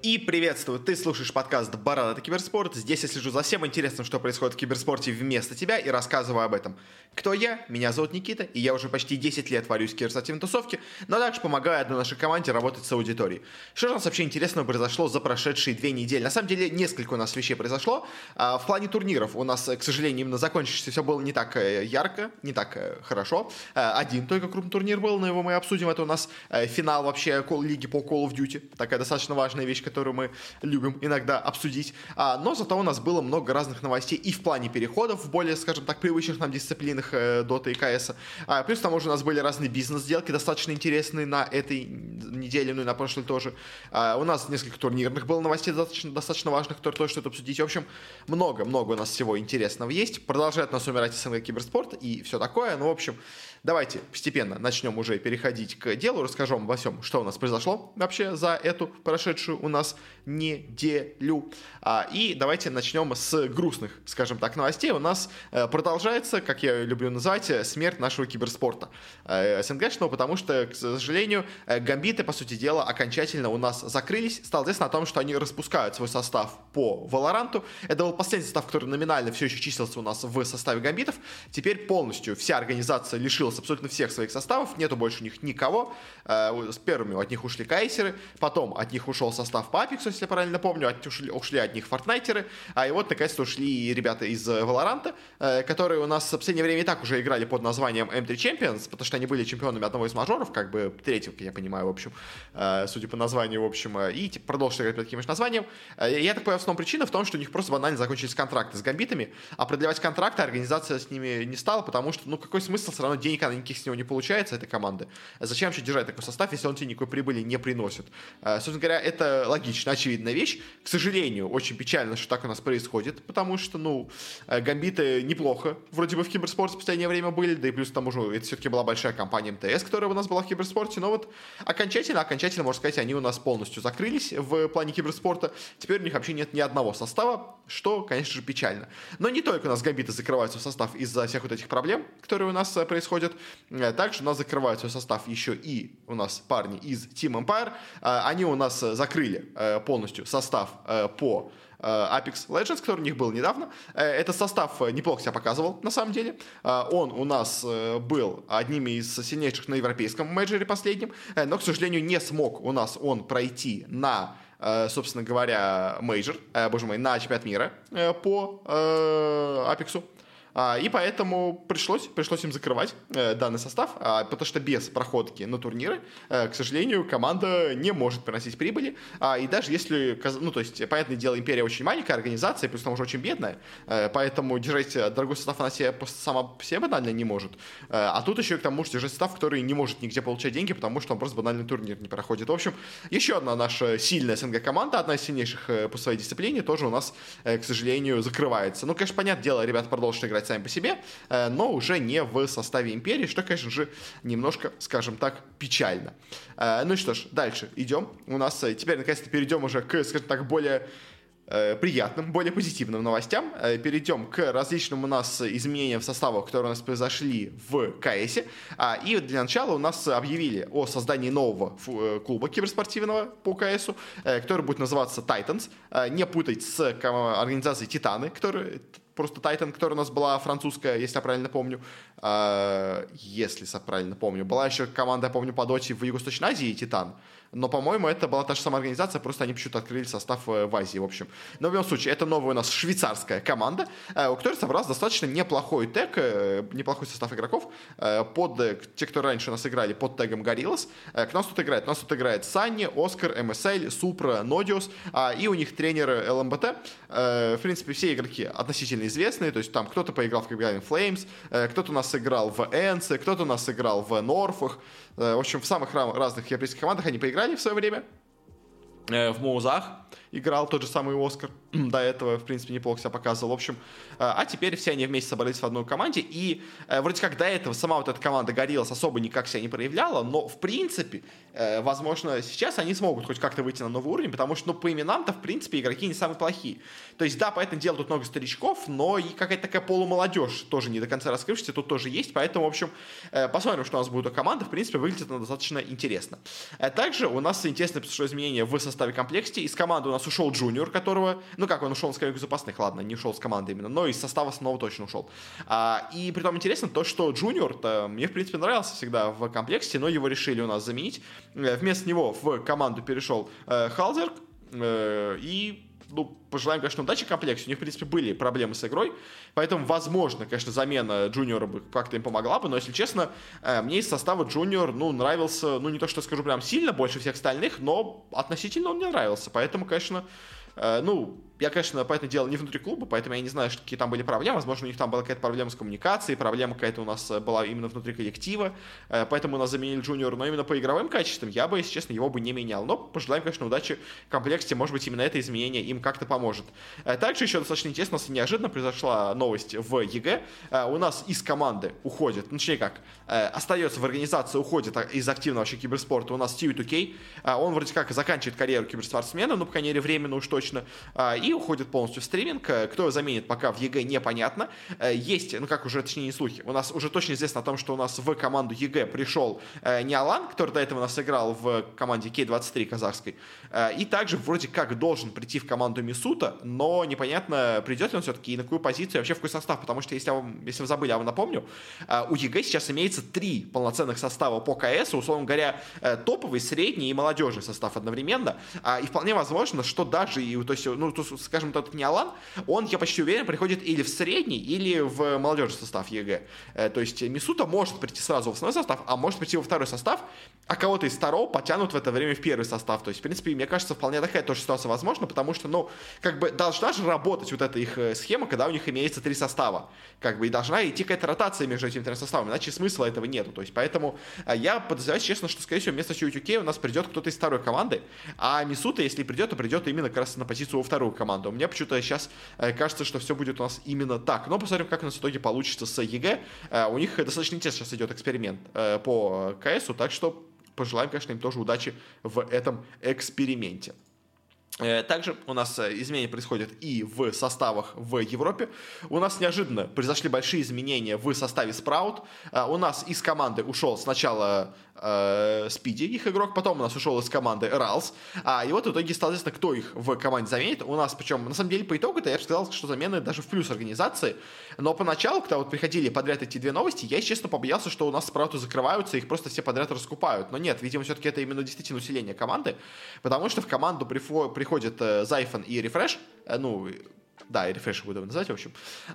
И приветствую, ты слушаешь подкаст «Бородатый киберспорт». Здесь я слежу за всем интересным, что происходит в киберспорте вместо тебя и рассказываю об этом. Кто я? Меня зовут Никита, и я уже почти 10 лет варюсь в киберспортивной тусовке, но также помогаю одной нашей команде работать с аудиторией. Что же у нас вообще интересного произошло за прошедшие 2 недели? На самом деле, несколько у нас вещей произошло. В плане турниров у нас, к сожалению, именно закончившись, все было не так ярко, не так хорошо. Один только крупный турнир был, но его мы обсудим. Это у нас финал вообще лиги по Call of Duty. Такая достаточно важная вещь, которую мы любим иногда обсудить. Но зато у нас было много разных новостей и в плане переходов в более, скажем так, привычных нам дисциплинах Dota и CS. Плюс к тому же у нас были разные бизнес-сделки, достаточно интересные на этой неделе, ну и на прошлой тоже. У нас несколько турнирных было новостей достаточно важных, которые тоже стоит обсудить. В общем, много у нас всего интересного есть. Продолжает нас умирать СНГ киберспорт и все такое. Ну, в общем, давайте постепенно начнем уже переходить к делу. Расскажу вам обо всем, что у нас произошло вообще за эту прошедшую у нас неделю. И давайте начнем с грустных, скажем так, новостей. У нас продолжается, как я люблю называть, смерть нашего киберспорта СНГшного, потому что, к сожалению, гамбиты, по сути дела, окончательно у нас закрылись. Стало известно о том, что они распускают свой состав по Валоранту. Это был последний состав, который номинально все еще числился у нас в составе гамбитов. Теперь полностью вся организация лишилась абсолютно всех своих составов, нету больше у них никого. С первыми от них ушли кайсеры, потом от них ушел состав по Апексу, если я правильно помню, ушли от них фортнайтеры, и вот наконец-то ушли и ребята из Валоранта, которые у нас в последнее время и так уже играли под названием M3 Champions, потому что они были чемпионами одного из мажоров, как бы третьего, я понимаю, в общем, судя по названию, в общем, и продолжили играть под таким же названием. Я так понимаю, основная причина в том, что у них просто банально закончились контракты с гамбитами, а продлевать контракты организация с ними не стала, потому что, ну, какой смысл, все равно денег никаких с него не получается, этой команды. Зачем вообще держать такой состав, если он тебе никакой прибыли не приносит? Собственно говоря, это логично, очевидная вещь. К сожалению, очень печально, что так у нас происходит, потому что, ну, гамбиты неплохо вроде бы в киберспорте в последнее время были, да и плюс к тому же это все-таки была большая компания МТС, которая у нас была в киберспорте, но вот окончательно, можно сказать, они у нас полностью закрылись в плане киберспорта. Теперь у них вообще нет ни одного состава, что, конечно же, печально. Но не только у нас гамбиты закрываются в состав из-за всех вот этих проблем, которые у нас происходят, также у нас закрывают свой состав еще и у нас парни из Team Empire. Они у нас закрыли полностью состав по Apex Legends, который у них был недавно. Этот состав неплохо себя показывал, на самом деле. Он у нас был одним из сильнейших на европейском мейджоре последнем, но, к сожалению, не смог у нас он пройти на, собственно говоря, мейджор, боже мой, на чемпионат мира по Апексу. И поэтому пришлось им закрывать данный состав, потому что без проходки на турниры, к сожалению, команда не может приносить прибыли. И даже если, ну, то есть, понятное дело, Империя очень маленькая организация, плюс к тому же очень бедная, поэтому держать дорогой состав она себе сама по себе банально не может. А тут еще и к тому же держать состав, который не может нигде получать деньги, потому что он просто банальный турнир не проходит. В общем, еще одна наша сильная СНГ-команда, одна из сильнейших по своей дисциплине, тоже у нас, к сожалению, закрывается. Ну, конечно, понятное дело, ребята продолжат играть сами по себе, но уже не в составе Империи, что, конечно же, немножко, скажем так, печально. Ну и что ж, дальше идем. У нас теперь, наконец-то, перейдем уже к, скажем так, более приятным, более позитивным новостям. Перейдем к различным у нас изменениям в составах, которые у нас произошли в КС. И для начала у нас объявили о создании нового клуба киберспортивного по КСу, который будет называться Titans. Не путать с организацией Титаны, которая просто Titan, которая у нас была французская, если я правильно помню. Была еще команда, я помню, по доте в Юго-Восточной Азии, Титан. Но, по-моему, это была та же самая организация, просто они почему-то открыли состав в Азии, в общем. Но в любом случае, это новая у нас швейцарская команда, у которой собрался достаточно неплохой тег, неплохой состав игроков, под те, кто раньше у нас играли под тегом Gorillaz. К нас тут играет Санни, Оскар, МСЛ, Супра, Нодиус, и у них тренер ЛМБТ. В принципе, все игроки относительно известные, то есть там кто-то поиграл в Caribbean Flames, кто-то у нас играл в Энсе, кто-то у нас играл в Норфах. В общем, в самых разных европейских командах они поиграли в свое время. В Моузах играл тот же самый Оскар. До этого, в принципе, неплохо себя показывал. В общем, а теперь все они вместе собрались в одной команде. И вроде как до этого сама вот эта команда Gorillaz особо никак себя не проявляла. Но, в принципе, возможно, сейчас они смогут хоть как-то выйти на новый уровень. Потому что, ну, по именам-то, в принципе, игроки не самые плохие. То есть, да, поэтому дело тут много старичков, но и какая-то такая полумолодежь тоже не до конца раскрывшаяся тут тоже есть. Поэтому, в общем, посмотрим, что у нас будет у команды. В принципе, выглядит она достаточно интересно. Также у нас интересное произошло изменение в составе составе комплекте. Из команды у нас ушел Джуниор, которого... Ну как, он ушел на скамейку запасных, ладно, не ушел с команды именно, но из состава основного точно ушел. И притом интересно то, что Джуниор-то мне, в принципе, нравился всегда в комплекте, но его решили у нас заменить. Вместо него в команду перешел Халзерг, и... Ну, пожелаем, конечно, удачи комплекте. У них, в принципе, были проблемы с игрой. Поэтому, возможно, конечно, замена Джуниора бы как-то им помогла бы. Но, если честно, мне из состава Джуниор, нравился, не то, что скажу прям сильно, больше всех остальных, но относительно он мне нравился. Поэтому, конечно, я, конечно, по этому делу не внутри клуба, поэтому я не знаю, какие там были проблемы. Возможно, у них там была какая-то проблема с коммуникацией, проблема какая-то у нас была именно внутри коллектива, поэтому у нас заменили Джуниора. Но именно по игровым качествам я бы, если честно, его бы не менял. Но пожелаем, конечно, удачи в комплекте. Может быть, именно это изменение им как-то поможет. Также еще достаточно интересно, неожиданно произошла новость в ЕГЭ. У нас из команды уходит, точнее как, остается в организации, уходит из активного вообще киберспорта у нас Стиви Тукей. Он вроде как заканчивает карьеру киберспортсмена, по крайней мере, временно уж точно. И уходит полностью в стриминг. Кто его заменит, пока в ЕГЭ непонятно. Есть, точнее не слухи. У нас уже точно известно о том, что у нас в команду ЕГЭ пришел не Алан, который до этого у нас играл в команде K23 казахской. И также вроде как должен прийти в команду Мисута, но непонятно, придет ли он все-таки и на какую позицию, и вообще в какой состав. Потому что, если вы забыли, я вам напомню, у ЕГЭ сейчас имеется 3 полноценных состава по КС, условно говоря, топовый, средний и молодежный состав одновременно. И вполне возможно, что даже, скажем так, не Алан, он, я почти уверен, приходит или в средний, или в молодежный состав ЕГЭ. То есть Мисута может прийти сразу в основной состав, а может прийти во второй состав, а кого-то из второго потянут в это время в первый состав. То есть, в принципе, мне кажется, вполне такая тоже ситуация возможна, потому что, должна же работать вот эта их схема, когда у них имеется 3 состава. И должна идти какая-то ротация между этими 3 составами, иначе смысла этого нету. То есть, поэтому я подозреваю, честно, что, скорее всего, вместо Сьюитюкей у нас придет кто-то из второй команды, а Мисута, если придет, то придет именно как раз на позицию во вторую команду. Мне почему-то сейчас кажется, что все будет у нас именно так. Но посмотрим, как у нас в итоге получится с ЕГЭ. У них достаточно интересно сейчас идет эксперимент по КСу, так что пожелаем, конечно, им тоже удачи в этом эксперименте. Также у нас изменения происходят и в составах в Европе. У нас неожиданно произошли большие изменения в составе Sprout. У нас из команды ушел сначала Спиди, их игрок, потом у нас ушел из команды Ралс. И вот в итоге стало известно, кто их в команде заменит. У нас, причем, на самом деле, по итогу-то я бы сказал, что замены даже в плюс организации. Но поначалу, когда вот приходили подряд эти 2 новости, я, честно, побоялся, что у нас Спрауты закрываются, их просто все подряд раскупают. Но нет, видимо, все-таки это именно действительно усиление команды, потому что в команду приходит Зайфон и Рефреш, да, и Рефреш буду называть, в общем.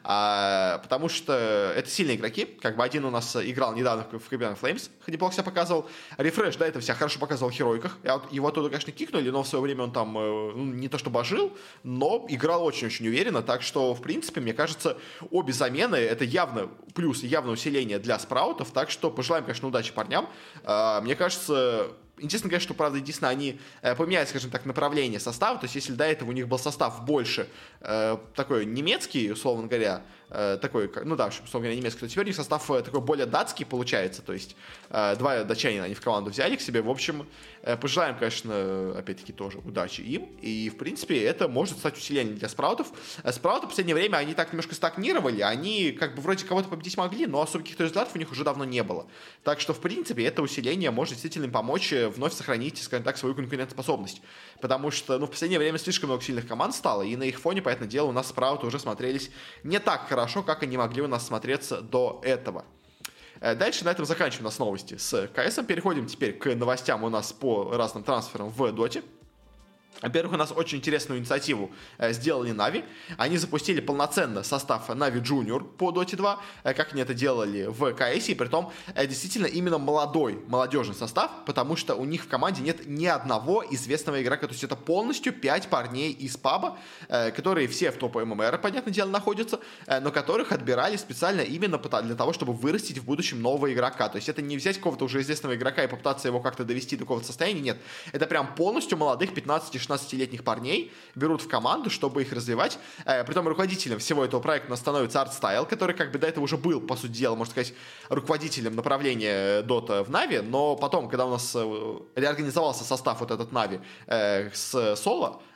Потому что это сильные игроки. Один у нас играл недавно в Caribbean Flames, неплохо себя показывал. Рефреш до этого себя хорошо показывал в Херойках. Его оттуда, конечно, кикнули, но в свое время он там не то чтобы ожил, но играл очень-очень уверенно. Так что, в принципе, мне кажется, обе замены — это явно плюс, явно усиление для спраутов. Так что пожелаем, конечно, удачи парням. Мне кажется... Интересно, конечно, что, правда, единственное, они поменяют, скажем так, направление состава. То есть, если до этого у них был состав больше такой немецкий, условно говоря, такой, условно говоря, немецкий, то теперь у них состав такой более датский получается. То есть, 2 датчанина они в команду взяли к себе. В общем, пожелаем, конечно, опять-таки тоже удачи им. И, в принципе, это может стать усилением для спраутов. Спрауты в последнее время, они так немножко стагнировали. Они вроде кого-то победить могли, но особо каких-то результатов у них уже давно не было. Так что, в принципе, это усиление может действительно им помочь вновь сохранить, скажем так, свою конкурентоспособность. Потому что, в последнее время слишком много сильных команд стало, и на их фоне, понятное дело, у нас спрауты уже смотрелись не так хорошо, как они могли у нас смотреться до этого. Дальше на этом заканчиваем у нас новости с КСом. Переходим теперь к новостям у нас по разным трансферам в Доте. Во-первых, у нас очень интересную инициативу сделали Na'Vi. Они запустили полноценно состав Na'Vi Junior по Dota 2, как они это делали в КС, и притом действительно именно молодежный состав, потому что у них в команде нет ни одного известного игрока. То есть это полностью 5 парней из паба, которые все в топе ММР, понятное дело, находятся, но которых отбирали специально именно для того, чтобы вырастить в будущем нового игрока. То есть это не взять какого-то уже известного игрока и попытаться его как-то довести до какого-то состояния, нет. Это прям полностью молодых 15-16-летних парней берут в команду, чтобы их развивать. Притом руководителем всего этого проекта у нас становится ArtStyle, который до этого уже был, по сути дела, можно сказать, руководителем направления Dota в Na'Vi, но потом, когда у нас реорганизовался состав вот этот Na'Vi с Соло,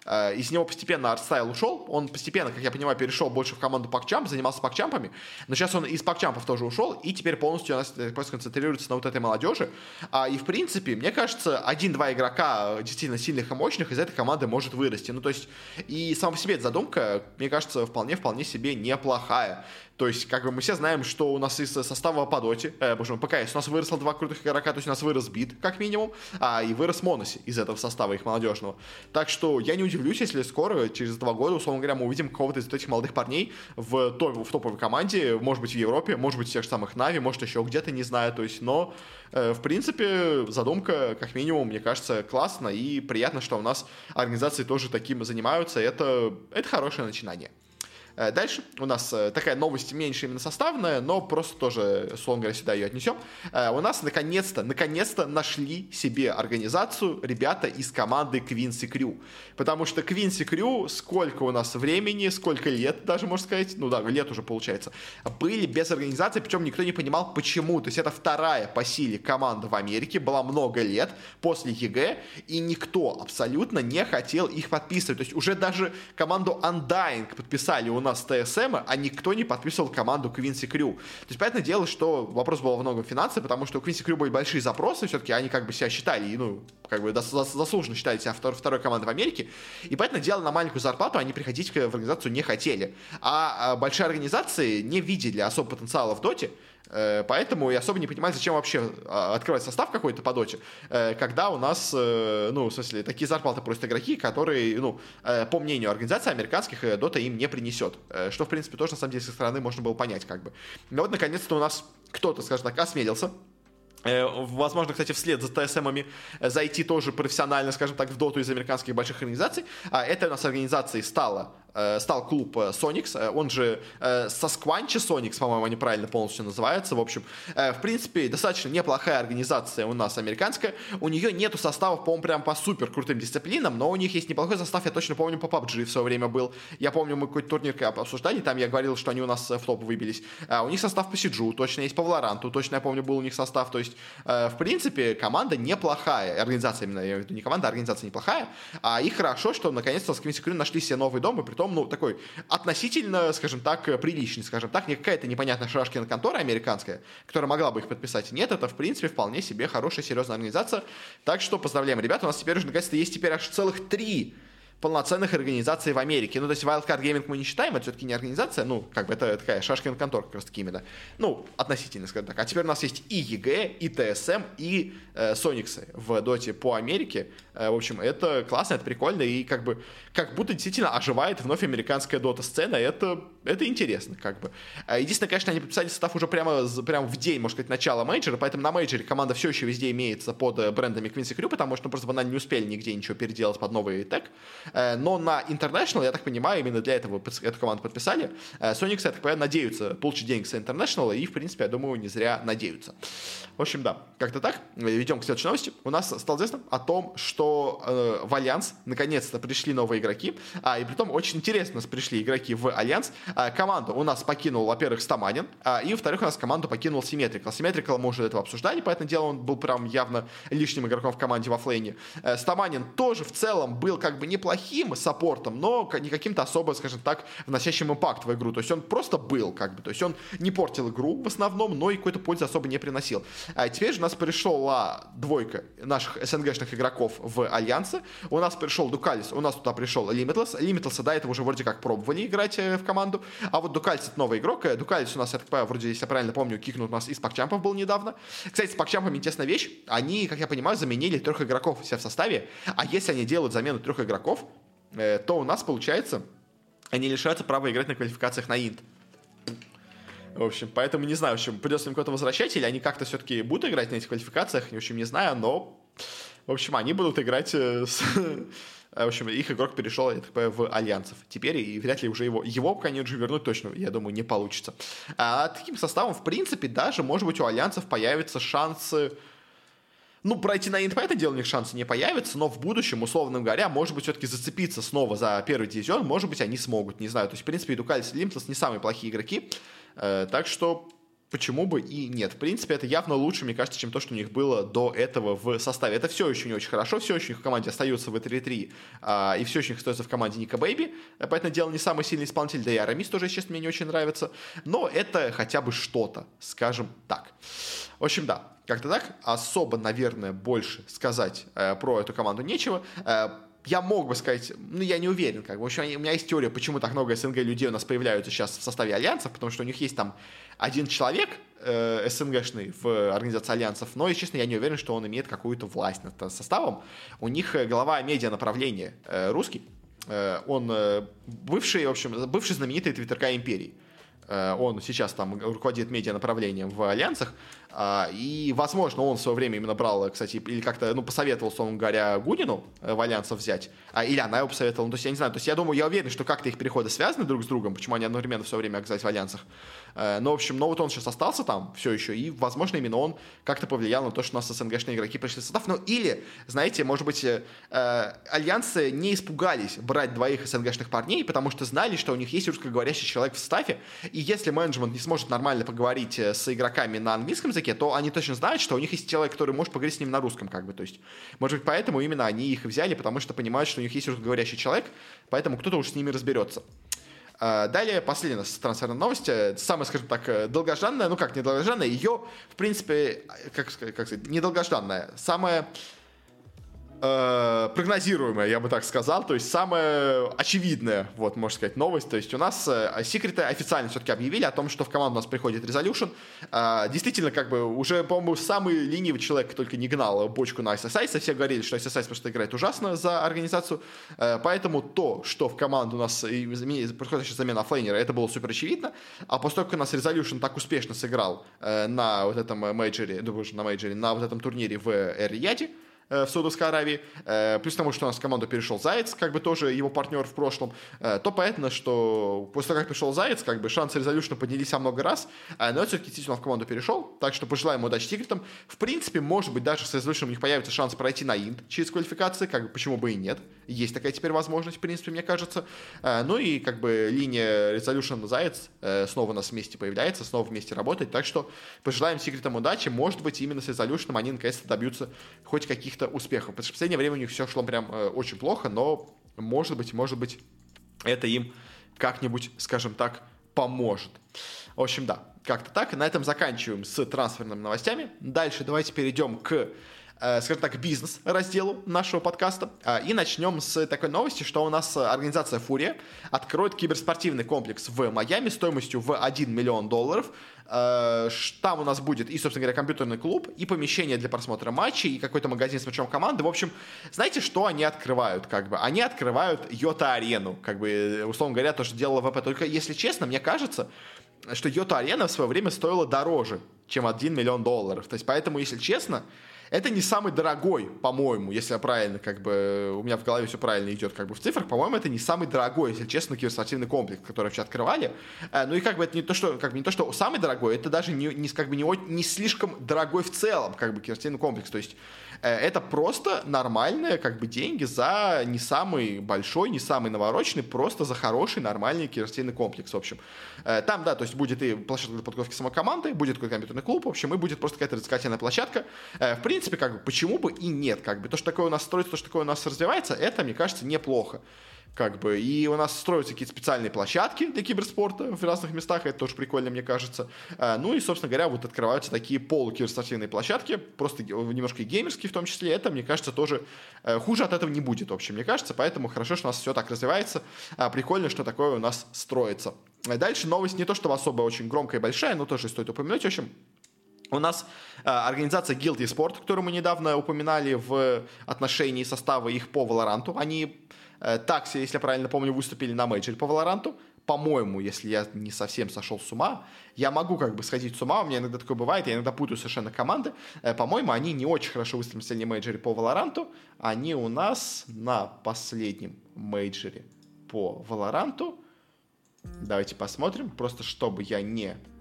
из него постепенно артстайл ушел, он постепенно, как я понимаю, перешел больше в команду пакчамп, занимался пакчампами, но сейчас он из пакчампов тоже ушел, и теперь полностью у нас концентрируется на вот этой молодежи. И, в принципе, мне кажется, 1-2 игрока действительно сильных и мощных из этой команды может вырасти. Ну, то есть, и сама по себе эта задумка, мне кажется, вполне себе неплохая. То есть, как бы мы все знаем, что у нас из состава по доте, боже мой, ПКС, у нас выросло 2 крутых игрока, то есть у нас вырос Бит, как минимум, и вырос Моноси из этого состава их молодежного. Так что я не удивлюсь, если скоро, через 2 года, условно говоря, мы увидим кого-то из этих молодых парней в топовой команде, может быть, в Европе, может быть, в тех же самых Нави, может, еще где-то, не знаю, то есть, но, в принципе, задумка, как минимум, мне кажется, классно, и приятно, что у нас организации тоже таким занимаются, это хорошее начинание. Дальше у нас такая новость меньше именно составная, но просто тоже, условно говоря, сюда ее отнесем. У нас наконец-то нашли себе организацию ребята из команды Quincy Crew. Потому что Quincy Crew, сколько у нас времени, сколько лет даже, можно сказать, ну да, лет уже получается, были без организации, причем никто не понимал, почему. То есть это вторая по силе команда в Америке, была много лет после ЕГЭ, и никто абсолютно не хотел их подписывать. То есть уже даже команду Undying подписали у нас ТСМ, а никто не подписывал команду Quincy Crew. То есть, понятное дело, что вопрос был во многом финансы, потому что у Quincy Crew были большие запросы, все-таки они как бы себя считали, ну, как бы заслуженно считали себя второй командой в Америке, и, понятное дело, на маленькую зарплату они приходить в организацию не хотели. А большие организации не видели особо потенциала в доте, поэтому я особо не понимаю, зачем вообще открывать состав какой-то по доте, когда у нас, ну, в смысле, такие зарплаты просят игроки, которые, ну, по мнению организаций американских, дота им не принесет. Что, в принципе, тоже, на самом деле, со стороны можно было понять, как бы. Но вот, наконец-то, у нас кто-то, скажем так, осмелился. Возможно, кстати, вслед за ТСМами зайти тоже профессионально, скажем так, в доту из американских больших организаций. Это у нас организацией стал клуб Sonics, он же Sasquatch Sonics, по-моему, они правильно полностью называются. В общем, в принципе, достаточно неплохая организация у нас американская. У нее нету составов, по-моему, прям по супер крутым дисциплинам, но у них есть неплохой состав, я точно помню, по PUBG в свое время был. Я помню, мы какой-то турнир обсуждали, там я говорил, что они у нас в топ выбились. У них состав по Сиджу, точно есть по Valorant, точно я помню, был у них состав. То есть, в принципе, команда неплохая. Организация именно, я имею в виду, не команда, а организация неплохая. И хорошо, что наконец-то с Quincy Crew нашли себе новый дом, и притом, ну, такой относительно, скажем так, приличный, скажем так, не какая-то непонятная шарашкина контора американская, которая могла бы их подписать. Нет, это, в принципе, вполне себе хорошая, серьезная организация. Так что поздравляем, ребята, у нас теперь уже, наконец-то, есть теперь аж целых 3 полноценных организаций в Америке. Ну, то есть Wildcard Gaming мы не считаем, это все-таки не организация, ну, как бы это такая шашкина контора как раз таки именно. Ну, относительно, скажем так. А теперь у нас есть и ЕГЭ, и ТСМ, и Сониксы в доте по Америке. В общем, это классно, это прикольно, и как бы, как будто действительно оживает вновь американская дота-сцена, это интересно, как бы. Единственное, конечно, они подписали состав уже прямо в день, можно сказать, начала мейджора, поэтому на мейджоре команда все еще везде имеется под брендами Quincy Crew, потому что просто банально не успели нигде ничего переделать под новый тег. Но на International, я так понимаю, именно для этого эту команду подписали. Sonics, я так понимаю, надеются получить деньги с International, и, в принципе, я думаю, не зря надеются. В общем, да, как-то так. Ведем к следующей новости. У нас стало известно о том, что в Альянс наконец-то пришли новые игроки, и притом очень интересно пришли игроки в Альянс. Команду у нас покинул, во-первых, Стаманин, и, во-вторых, у нас команду покинул Symmetrical. Symmetrical мы уже до этого обсуждали, поэтому дело он был прям явно лишним игроком в команде во флейне. Стаманин тоже в целом был как бы неплохим саппортом, но не каким-то особо, скажем так, вносящим импакт в игру. То есть он просто был, как бы. То есть он не портил игру в основном, но и какой-то пользы особо не приносил. Теперь же у нас пришла двойка наших СНГшных игроков в Альянсы. У нас пришел Дукалис, у нас туда пришел Limitless. Limitless до этого уже вроде как пробовали играть в команду. А вот Дукалис — это новый игрок. Дукалис у нас, я так понимаю, вроде, если я правильно помню, кикнут у нас из пакчампов был недавно. Кстати, с пакчампами интересная вещь. Они, как я понимаю, заменили 3 игроков у себя в составе. А если они делают замену 3 игроков, то у нас, получается, они лишаются права играть на квалификациях на Инт. В общем, поэтому не знаю, в общем, придется им кого-то возвращать, или они как-то все-таки будут играть на этих квалификациях, в общем, не знаю, но, в общем, они будут играть с... В общем, их игрок перешел, я так понимаю, в Альянсов. Теперь и вряд ли уже его пока не уже вернуть точно, я думаю, не получится. А таким составом, в принципе, даже, может быть, у Альянсов появятся шансы... Ну, пройти на Инт, понятное дело, у них шансы не появятся, но в будущем, условно говоря, может быть, все-таки зацепиться снова за первый дивизион, может быть, они смогут, не знаю. То есть, в принципе, и Дукалис и Limitless не самые плохие игроки, так что почему бы и нет. В принципе, это явно лучше, мне кажется, чем то, что у них было до этого в составе. Это все еще не очень хорошо, все еще их в команде остаются в 3-3, и все еще у них остается в команде Ника Бэйби. Поэтому дело не самый сильный исполнитель, да и Арамис тоже, честно, мне не очень нравится. Но это хотя бы что-то, скажем так. В общем, да, как-то так. Особо, наверное, больше сказать про эту команду нечего. Я мог бы сказать, я не уверен, как бы. В общем, у меня есть теория, почему так много СНГ людей у нас появляются сейчас в составе альянсов, потому что у них есть там один человек СНГшный в организации альянсов, но, если честно, я не уверен, что он имеет какую-то власть над составом. У них глава медианаправления русский, он бывший знаменитый твиттерка империи. Он сейчас там руководит медианаправлением в альянсах, и, возможно, он в свое время именно брал, кстати, или как-то, посоветовал, условно говоря, Гунину в альянсов взять, или она его посоветовала, то есть я не знаю, то есть я думаю, я уверен, что как-то их переходы связаны друг с другом, почему они одновременно в свое время оказались в альянсах, но, в общем, вот он сейчас остался там все еще, и, возможно, именно он как-то повлиял на то, что у нас СНГшные игроки пришли в состав, или, знаете, может быть, альянсы не испугались брать двоих СНГшных парней, потому что знали, что у них есть русскоговорящий человек в составе, и если менеджмент не сможет нормально поговорить с игроками на английском языке, то они точно знают, что у них есть человек, который может поговорить с ними на русском, как бы, то есть, может быть, поэтому именно они их взяли, потому что понимают, что у них есть русскоговорящий человек, поэтому кто-то уж с ними разберется. Далее, последняя у нас трансферная новость, самая, скажем так, долгожданная, не долгожданная, ее, в принципе, как сказать, недолгожданная, самая прогнозируемая, я бы так сказал, то есть самая очевидная, вот, можно сказать, новость, то есть у нас секреты официально все-таки объявили о том, что в команду у нас приходит Resolution, действительно, как бы, уже, по-моему, самый ленивый человек только не гнал бочку на SSI, все говорили, что SSI просто играет ужасно за организацию, поэтому то, что в команду у нас происходит сейчас замена оффлейнера, это было супер очевидно, а после того, как у нас Resolution так успешно сыграл на вот этом мейджоре, на вот этом турнире в Эр-Рияде, в Саудовской Аравии, плюс к тому, что у нас в команду перешел Заяц, как бы тоже его партнер в прошлом, то понятно, что после того, как пришел Заяц, как бы шансы Resolution поднялись во много раз, но все-таки действительно в команду перешел, так что пожелаем ему удачи секретам. В принципе, может быть, даже с Resolution у них появится шанс пройти на Инт через квалификации, как бы почему бы и нет. Есть такая теперь возможность, в принципе, мне кажется. Ну и как бы линия Resolution-Заяц снова у нас вместе появляется, снова вместе работает, так что пожелаем секретам удачи. Может быть, именно с Resolution они наконец-то добьются хоть каких-то успехов, потому что в последнее время у них все шло прям очень плохо, но может быть, это им как-нибудь, скажем так, поможет. В общем, да, как-то так. На этом заканчиваем с трансферными новостями. Дальше давайте перейдем к, скажем так, бизнес-разделу нашего подкаста. И начнем с такой новости, что у нас организация «Фурия» откроет киберспортивный комплекс в Майами стоимостью в $1 миллион. Там у нас будет и, собственно говоря, компьютерный клуб, и помещение для просмотра матчей, и какой-то магазин с мячом команды. В общем, знаете, что они открывают? Как бы? Они открывают Йота-арену. Как бы, условно говоря, то, что делала ВП. Только, если честно, мне кажется, что Йота-арена в свое время стоила дороже, чем $1 миллион. То есть, поэтому, если честно, это не самый дорогой, по-моему, если я правильно, как бы, у меня в голове все правильно идет, как бы, в цифрах, по-моему, это не самый дорогой, если честно, киберспортивный комплекс, который вообще открывали. Ну и как бы это не то, что самый дорогой, это даже не слишком дорогой в целом, как бы, киберспортивный комплекс. То есть это просто нормальные, как бы, деньги за не самый большой, не самый навороченный, просто за хороший, нормальный киберспортивный комплекс, в общем. Там, да, то есть будет и площадка для подготовки самой команды, будет какой-то компьютерный клуб, в общем, и будет просто какая-то развлекательная площадка. В принципе, как бы, почему бы и нет, как бы, то, что такое у нас строится, то, что такое у нас развивается, это, мне кажется, неплохо. Как бы, и у нас строятся какие-то специальные площадки для киберспорта в разных местах, это тоже прикольно, мне кажется. Ну и, собственно говоря, вот открываются такие полукиберспортивные площадки, просто немножко и геймерские в том числе, это, мне кажется, тоже хуже от этого не будет, в общем, мне кажется, поэтому хорошо, что у нас все так развивается, прикольно, что такое у нас строится. Дальше новость не то, что особо очень громкая и большая, но тоже стоит упомянуть, в общем. У нас организация Guild eSport, которую мы недавно упоминали в отношении состава их по Valorant. Они такси, если я правильно помню, выступили на мейджоре по Valorant. По-моему, если я не совсем сошел с ума, я могу как бы сходить с ума, у меня иногда такое бывает, я иногда путаю совершенно команды. По-моему, они не очень хорошо выступили в последнем мейджоре по Valorant. Они у нас на последнем мейджоре по Valorant. Давайте посмотрим, просто чтобы я не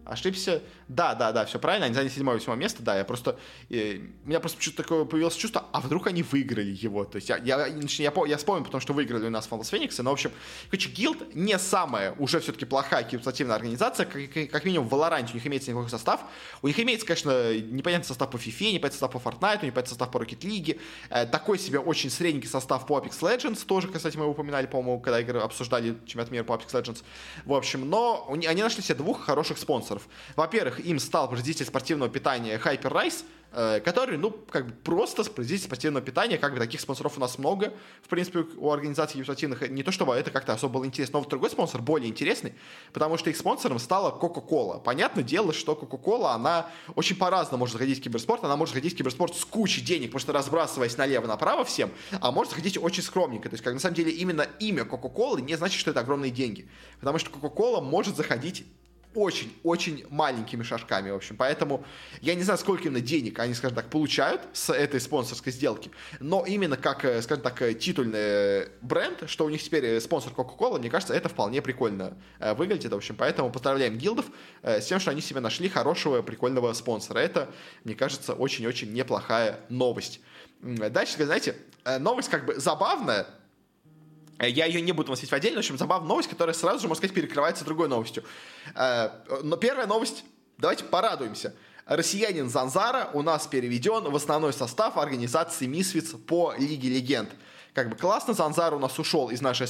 Ошибся. Да, все правильно, они заняли 7-8 место, да, у меня просто что-то такое появилось чувство, а вдруг они выиграли его, то есть я вспомнил, потому что выиграли у нас Фаллос Фениксы, но, в общем, Guild не самая уже все-таки плохая киберспортивная организация, как минимум в Valorant у них имеется неплохой состав, у них имеется, конечно, непонятный состав по FIFA, непонятный состав по Fortnite, непонятный состав по Rocket League, такой себе очень средненький состав по Apex Legends, тоже, кстати, мы упоминали, по-моему, когда обсуждали чемпионат мира по Apex Legends, в общем, но они нашли себе двух хороших спонсоров. Во-первых, им стал производитель спортивного питания Hyper Rise, который, просто производитель спортивного питания, таких спонсоров у нас много, в принципе, у организаций спортивных, не то чтобы это как-то особо было интересно, но вот другой спонсор более интересный, потому что их спонсором стала Coca-Cola. Понятное дело, что Coca-Cola, она очень по-разному может заходить в киберспорт, она может заходить в киберспорт с кучей денег, просто разбрасываясь налево-направо всем, а может заходить очень скромненько, то есть, на самом деле, именно имя Coca-Cola не значит, что это огромные деньги, потому что Coca-Cola может заходить очень-очень маленькими шажками, в общем. Поэтому я не знаю, сколько именно денег они, скажем так, получают с этой спонсорской сделки, но именно как, скажем так, титульный бренд, что у них теперь спонсор Coca-Cola, мне кажется, это вполне прикольно выглядит, в общем. Поэтому поздравляем гилдов с тем, что они себе нашли хорошего, прикольного спонсора. Это, мне кажется, очень-очень неплохая новость. Дальше, знаете, новость забавная. Я ее не буду носить в отдельно, в общем, забавная новость, которая сразу же, можно сказать, перекрывается другой новостью. Но первая новость, давайте порадуемся. Россиянин Занзара у нас переведен в основной состав организации Misfits по Лиге Легенд. Классно, Занзар у нас ушел из нашей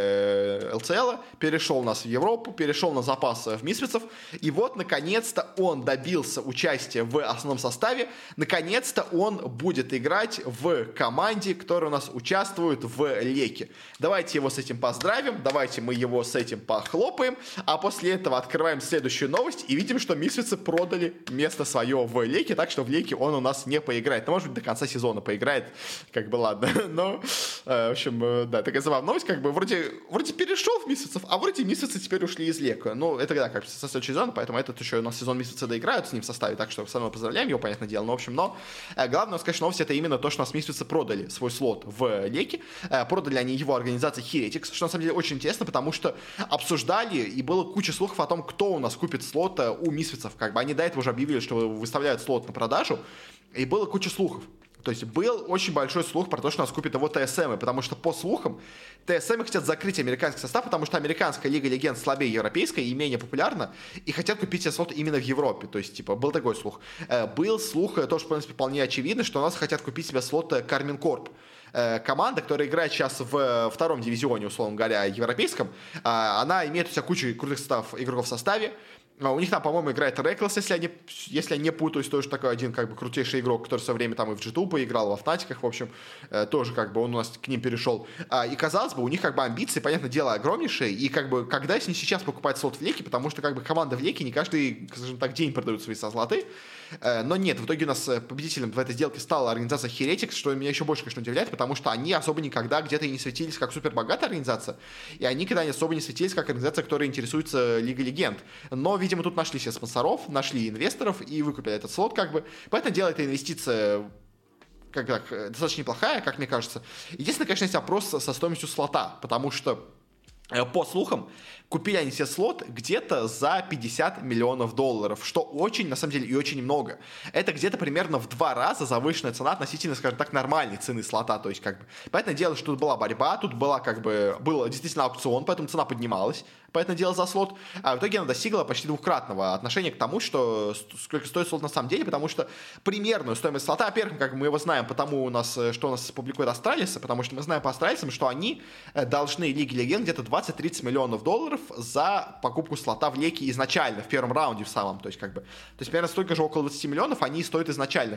СНГ ЛЦЛ, перешел у нас в Европу, перешел на запас в Мисфицев, и вот, наконец-то, он добился участия в основном составе, наконец-то он будет играть в команде, которая у нас участвует в Леке. Давайте его с этим поздравим, давайте мы его с этим похлопаем, а после этого открываем следующую новость и видим, что Мисфицы продали место свое в Леке, так что в Леке он у нас не поиграет. Ну, может быть, до конца сезона поиграет, ладно, но... В общем, да, такая забавная новость, вроде перешел в Мисфицев, а вроде Мисфицы теперь ушли из Лека. Ну, это да, со следующего сезона, поэтому этот еще у нас сезон Мисфицы доиграют с ним в составе, так что все равно поздравляем его, понятное дело. Но, в общем, главное, конечно, новость это именно то, что у нас Мисфицы продали свой слот в Леке, продали они его организации Heretics, что на самом деле очень интересно, потому что обсуждали, и было куча слухов о том, кто у нас купит слот у Мисфицев. Они до этого уже объявили, что выставляют слот на продажу, и было куча слухов. То есть был очень большой слух про то, что нас купит его ТСМ, потому что по слухам ТСМ хотят закрыть американский состав, потому что американская Лига Легенд слабее европейской и менее популярна, и хотят купить себе слот именно в Европе. То есть, был такой слух. Был слух, тоже, в принципе, вполне очевидно, что у нас хотят купить себе слот Кармин Корп. Команда, которая играет сейчас в втором дивизионе, условно говоря, европейском, она имеет у себя кучу крутых игроков в составе. У них там, по-моему, играет Reckless, если я не путаюсь, тоже такой один крутейший игрок, который в свое время там и в G2 поиграл, во Фнатиках, в общем, тоже он у нас к ним перешел. И казалось бы, у них амбиции, понятное дело, огромнейшие, и когда если сейчас покупать слот в Леке, потому что команда в Леке не каждый, скажем так, день продают свои слоты. Но нет, в итоге у нас победителем в этой сделке стала организация Heretics, что меня еще больше, конечно, удивляет, потому что они особо никогда где-то и не светились как супербогатая организация, и они никогда особо не светились как организация, которая интересуется Лигой Легенд. Но, видимо, тут нашли себе спонсоров, нашли инвесторов и выкупили этот слот, Поэтому делает эта инвестиция достаточно неплохая, как мне кажется. Единственное, конечно, есть вопрос со стоимостью слота, потому что по слухам, купили они себе слот где-то за $50 миллионов, что очень, на самом деле, и очень много. Это где-то примерно в 2 раза завышенная цена относительно, скажем так, нормальной цены слота. То есть, Поэтому дело, что тут была борьба, тут была, был действительно аукцион, поэтому цена поднималась, поэтому дело за слот. А в итоге она достигла почти 2-кратного отношения к тому, сколько стоит слот на самом деле, потому что примерную стоимость слота, во-первых, мы его знаем, потому что у нас публикует Астралисы, потому что мы знаем по Астралисам, что они должны Лиге Легенд где-то $20-30 миллионов за покупку слота в Леке изначально, в первом раунде в самом. То есть, примерно столько же, около 20 миллионов, они стоят изначально,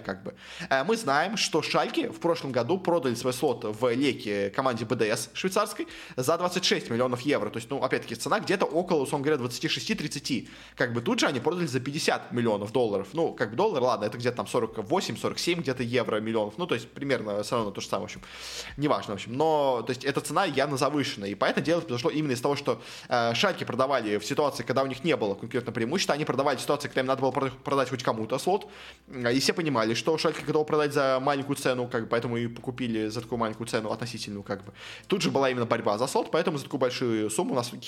Мы знаем, что Шальки в прошлом году продали свой слот в Леке команде БДС швейцарской за 26 миллионов евро. То есть, опять-таки, цена где-то около, условно говоря, 26-30. Тут же они продали за $50 миллионов. Доллар, ладно, это где-то там 48-47 где-то евро миллионов. То есть, примерно все равно то же самое, в общем. Неважно, в общем. Но, то есть, эта цена явно завышена. И поэтому дело произошло именно из того, что Шальки продавали в ситуации, когда у них не было конкретно преимущества, они продавали в ситуации, когда им надо было продать хоть кому-то слот, и все понимали, что Шальки готовы продать за маленькую цену, поэтому и покупили за такую маленькую цену относительную, Тут же была именно борьба за слот, поэтому за такую большую сумму у нас Heretics и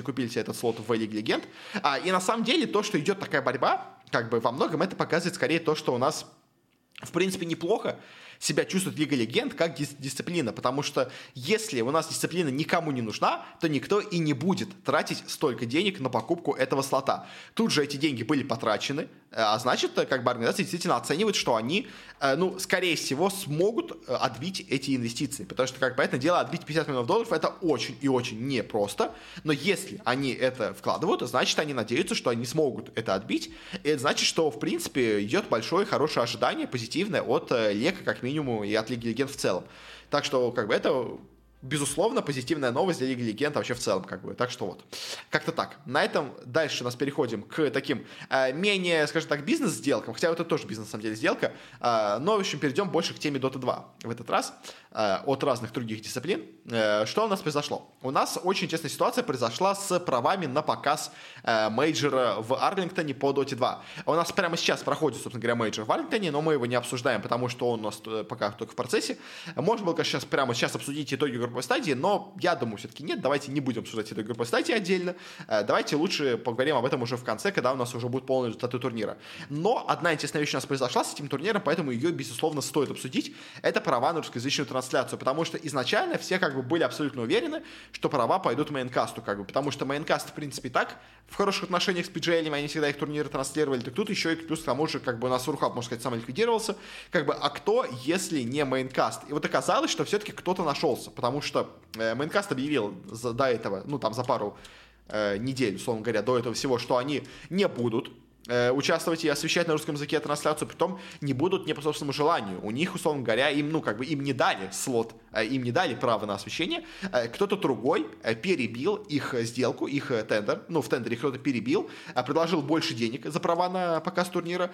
купили себе этот слот в Лиге Легенд. И на самом деле то, что идет такая борьба, как бы во многом это показывает скорее то, что у нас в принципе неплохо себя чувствует Лига Легенд как дисциплина, потому что если у нас дисциплина никому не нужна, то никто и не будет тратить столько денег на покупку этого слота. Тут же эти деньги были потрачены, а значит, как бы организация действительно оценивает, что они, скорее всего, смогут отбить эти инвестиции, потому что, как бы, это дело, отбить $50 миллионов это очень и очень непросто, но если они это вкладывают, значит, они надеются, что они смогут это отбить, и это значит, что, в принципе, идет большое, хорошее ожидание, позитивное от Лека, как минимум, и от Лиги Легенд в целом. Так что, как бы, это, безусловно, позитивная новость для Лиги Легенд вообще в целом, как бы. Так что вот. Как-то так. На этом дальше у нас переходим к таким менее, скажем так, бизнес-сделкам, хотя это тоже бизнес, на самом деле, сделка, но, в общем, перейдем больше к теме Dota 2 в этот раз, от разных других дисциплин. Что у нас произошло? У нас очень интересная ситуация произошла с правами на показ мейджора в Арлингтоне по Dota 2. У нас прямо сейчас проходит, собственно говоря, мейджор в Арлингтоне, но мы его не обсуждаем, потому что он у нас пока только в процессе. Можно было, конечно, прямо сейчас обсудить итоги групповой стадии, но я думаю, все-таки нет, давайте не будем обсуждать итоги групповой стадии отдельно. Давайте лучше поговорим об этом уже в конце, когда у нас уже будет полный результат турнира. Но одна интересная вещь у нас произошла с этим турниром, поэтому ее, безусловно, стоит обсудить. Это права на русскоязычную трансляцию, потому что изначально все как бы были абсолютно уверены, что права пойдут мейнкасту, как бы, потому что мейнкаст, в принципе, так, в хороших отношениях с PGL, они всегда их турниры транслировали, так тут еще и плюс к тому же, как бы, у нас Рухаб, можно сказать, сам ликвидировался, как бы, а кто, если не мейнкаст? И вот оказалось, что все-таки кто-то нашелся, потому что мейнкаст объявил до этого, там за пару недель, условно говоря, до этого всего, что они не будут участвовать и освещать на русском языке трансляцию, притом не будут не по собственному желанию. У них, условно говоря, им не дали слот, им не дали право на освещение. Кто-то другой перебил их сделку, их тендер. В тендере кто-то перебил, предложил больше денег за права на показ турнира.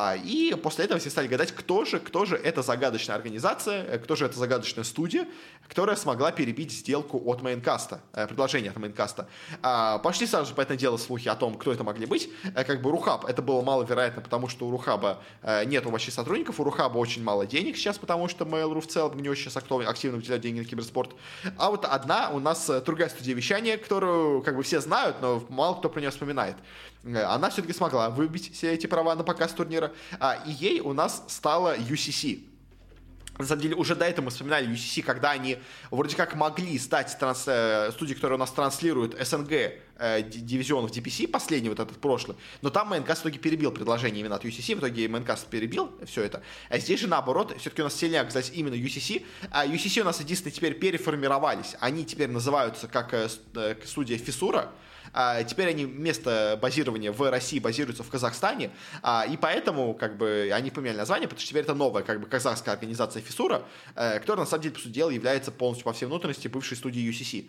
И после этого все стали гадать, кто же эта загадочная организация, кто же эта загадочная студия, которая смогла перебить сделку от мейнкаста, предложение от мейнкаста. Пошли сразу же, по этому делу, слухи о том, кто это могли быть. Как бы Рухаб, это было маловероятно, потому что у Рухаба нету вообще сотрудников, у Рухаба очень мало денег сейчас, потому что Mail.ru в целом не очень сейчас активно выделяет деньги на киберспорт. А вот одна у нас другая студия вещания, которую как бы все знают, но мало кто про нее вспоминает. Она все-таки смогла выбить все эти права на показ турнира, и ей у нас стала UCC. На самом деле, уже до этого мы вспоминали UCC, когда они вроде как могли стать студией, которая у нас транслирует СНГ дивизионов DPC, последний вот этот прошлый, но там Майнкаст в итоге перебил предложение именно от UCC, в итоге Майнкаст перебил все это, а здесь же наоборот, все-таки у нас сильнее оказались именно UCC, а UCC у нас единственное теперь переформировались, они теперь называются как студия Фисура, теперь они место базирования в России базируются в Казахстане, и поэтому как бы они поменяли название, потому что теперь это новая как бы казахская организация Фисура, которая на самом деле, по сути дела, является полностью по всей внутренности бывшей студией UCC.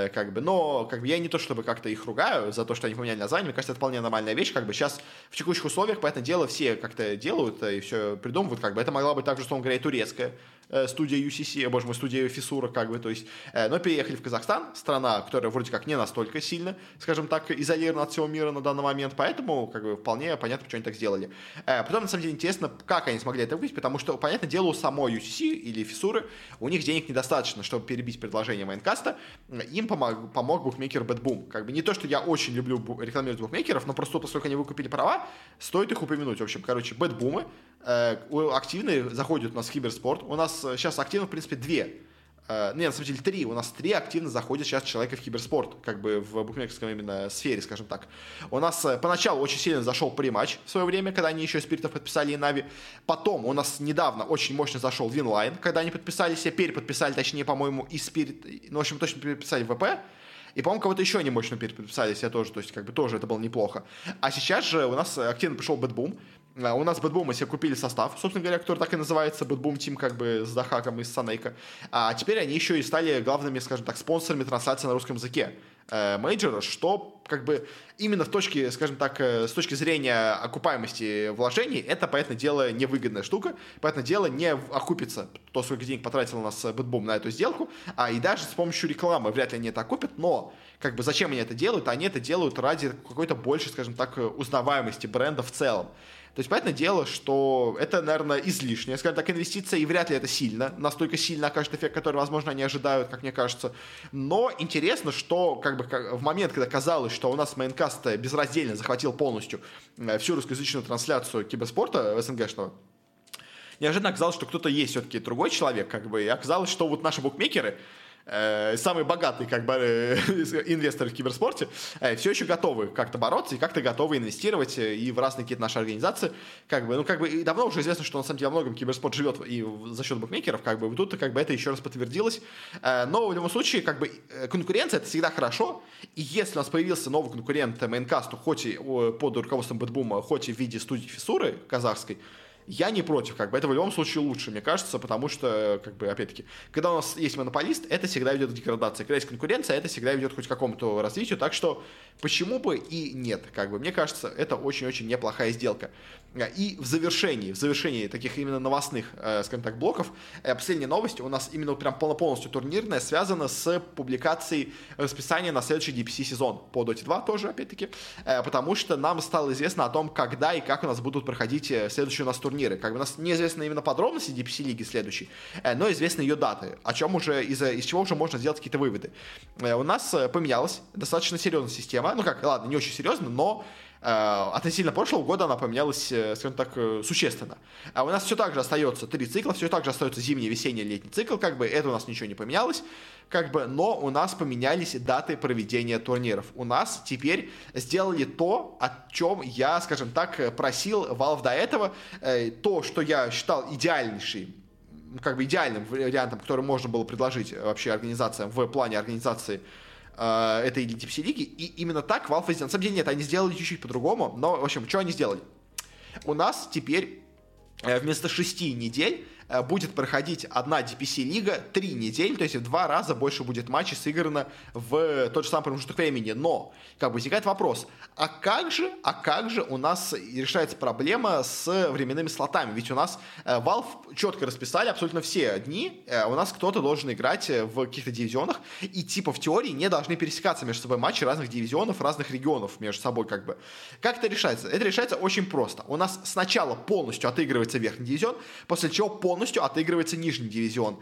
Но как бы я не то чтобы как-то их ругаю за то, что они поменяли название, мне кажется, это вполне нормальная вещь, как бы сейчас в текущих условиях, поэтому дело все как-то делают и все придумывают, как бы это могла быть также, условно говоря, и турецкая студия UCC, боже мой, студия Фисура, как бы, то есть, но переехали в Казахстан, страна, которая вроде как не настолько сильно, скажем так, изолирована от всего мира на данный момент, поэтому, как бы, вполне понятно, почему они так сделали. Потом, на самом деле, интересно, как они смогли это выявить, потому что, понятное дело, у самой UCC или Фисуры, у них денег недостаточно, чтобы перебить предложение Майнкаста, им помог букмекер BetBoom. Как бы не то, что я очень люблю рекламировать букмекеров, но просто поскольку они выкупили права, стоит их упомянуть. В общем, BetBoom активно заходят у нас в киберспорт. У нас сейчас активно, в принципе, на самом деле 3. У нас 3 активно заходят сейчас человека в киберспорт, как бы в букмекерском именно сфере, скажем так. У нас поначалу очень сильно зашел Приматч в свое время, когда они еще Спиритов подписали и Нави. Потом у нас недавно очень мощно зашел Винлайн, когда они подписались, переподписали, точнее, по-моему, и Спирит, в общем, точно переподписали ВП. И, по-моему, кого-то еще они мощно переподписались, я тоже, то есть, как бы, тоже это было неплохо. А сейчас же у нас активно пришел BetBoom. У нас BetBoom мы себе купили состав, собственно говоря, который так и называется, BetBoom Team, как бы, с Дахаком и с Санейко. А теперь они еще и стали главными, скажем так, спонсорами трансляции на русском языке мейджора, что, как бы, именно в точке, скажем так, с точки зрения окупаемости вложений, это, понятное дело, невыгодная штука, понятное дело, не окупится то, сколько денег потратил у нас BetBoom на эту сделку, и даже с помощью рекламы вряд ли они это окупят, но, как бы, зачем они это делают? Они это делают ради какой-то большей, скажем так, узнаваемости бренда в целом. То есть, понятное дело, что это, наверное, излишняя, скажем так, инвестиция, и вряд ли это настолько сильно окажет эффект, который, возможно, они ожидают, как мне кажется. Но интересно, что как бы в момент, когда казалось, что у нас мейнкаст безраздельно захватил полностью всю русскоязычную трансляцию киберспорта СНГшного, неожиданно оказалось, что кто-то есть все-таки другой человек, как бы, и оказалось, что вот наши букмекеры, самые богатые как бы инвесторы в киберспорте, все еще готовы как-то бороться и как-то готовы инвестировать и в разные какие-то наши организации. Как бы, и давно уже известно, что на самом деле во многом киберспорт живет и за счет букмекеров, как бы, тут как бы это еще раз подтвердилось. Но в любом случае, как бы, конкуренция — это всегда хорошо, и если у нас появился новый конкурент мейнкасту, хоть и под руководством Бэтбума, хоть и в виде студии Фиссуры казахской, я не против, как бы, это в любом случае лучше, мне кажется, потому что, как бы, опять-таки, когда у нас есть монополист, это всегда ведет к деградации. Когда есть конкуренция, это всегда ведет хоть к какому-то развитию, так что почему бы и нет, как бы, мне кажется, это очень-очень неплохая сделка. И в завершении таких именно новостных, скажем так, блоков, последняя новость у нас именно прям полностью турнирная, связана с публикацией расписания на следующий DPC сезон по Dota 2 тоже, опять-таки, потому что нам стало известно о том, когда и как у нас будут проходить следующие у нас турниры. Как бы у нас неизвестны именно подробности DPC лиги следующей, но известны ее даты, о чем уже, из чего уже можно сделать какие-то выводы. У нас поменялась достаточно серьезная система, ну как, ладно, не очень серьезно, но относительно прошлого года она поменялась, скажем так, существенно. А у нас все так же остается 3 цикла, все так же остается зимний, весенний, летний цикл, как бы это у нас ничего не поменялось, как бы, но у нас поменялись даты проведения турниров. У нас теперь сделали то, о чем я, скажем так, просил Valve до этого, то, что я считал идеальным вариантом, который можно было предложить вообще организациям в плане организации этой DPC лиги, и именно так Valve сделали. На самом деле нет, они сделали чуть-чуть по-другому, но, в общем, что они сделали? У нас теперь вместо 6 недель будет проходить одна DPC-лига 3 недели, то есть в 2 раза больше будет матчей сыграно в тот же самый промежуток времени. Но, как бы, возникает вопрос, а как же у нас решается проблема с временными слотами? Ведь у нас Valve четко расписали абсолютно все дни, у нас кто-то должен играть в каких-то дивизионах, и типа в теории не должны пересекаться между собой матчи разных дивизионов, разных регионов между собой, как бы. Как это решается? Это решается очень просто. У нас сначала полностью отыгрывается верхний дивизион, после чего полностью отыгрывается нижний дивизион.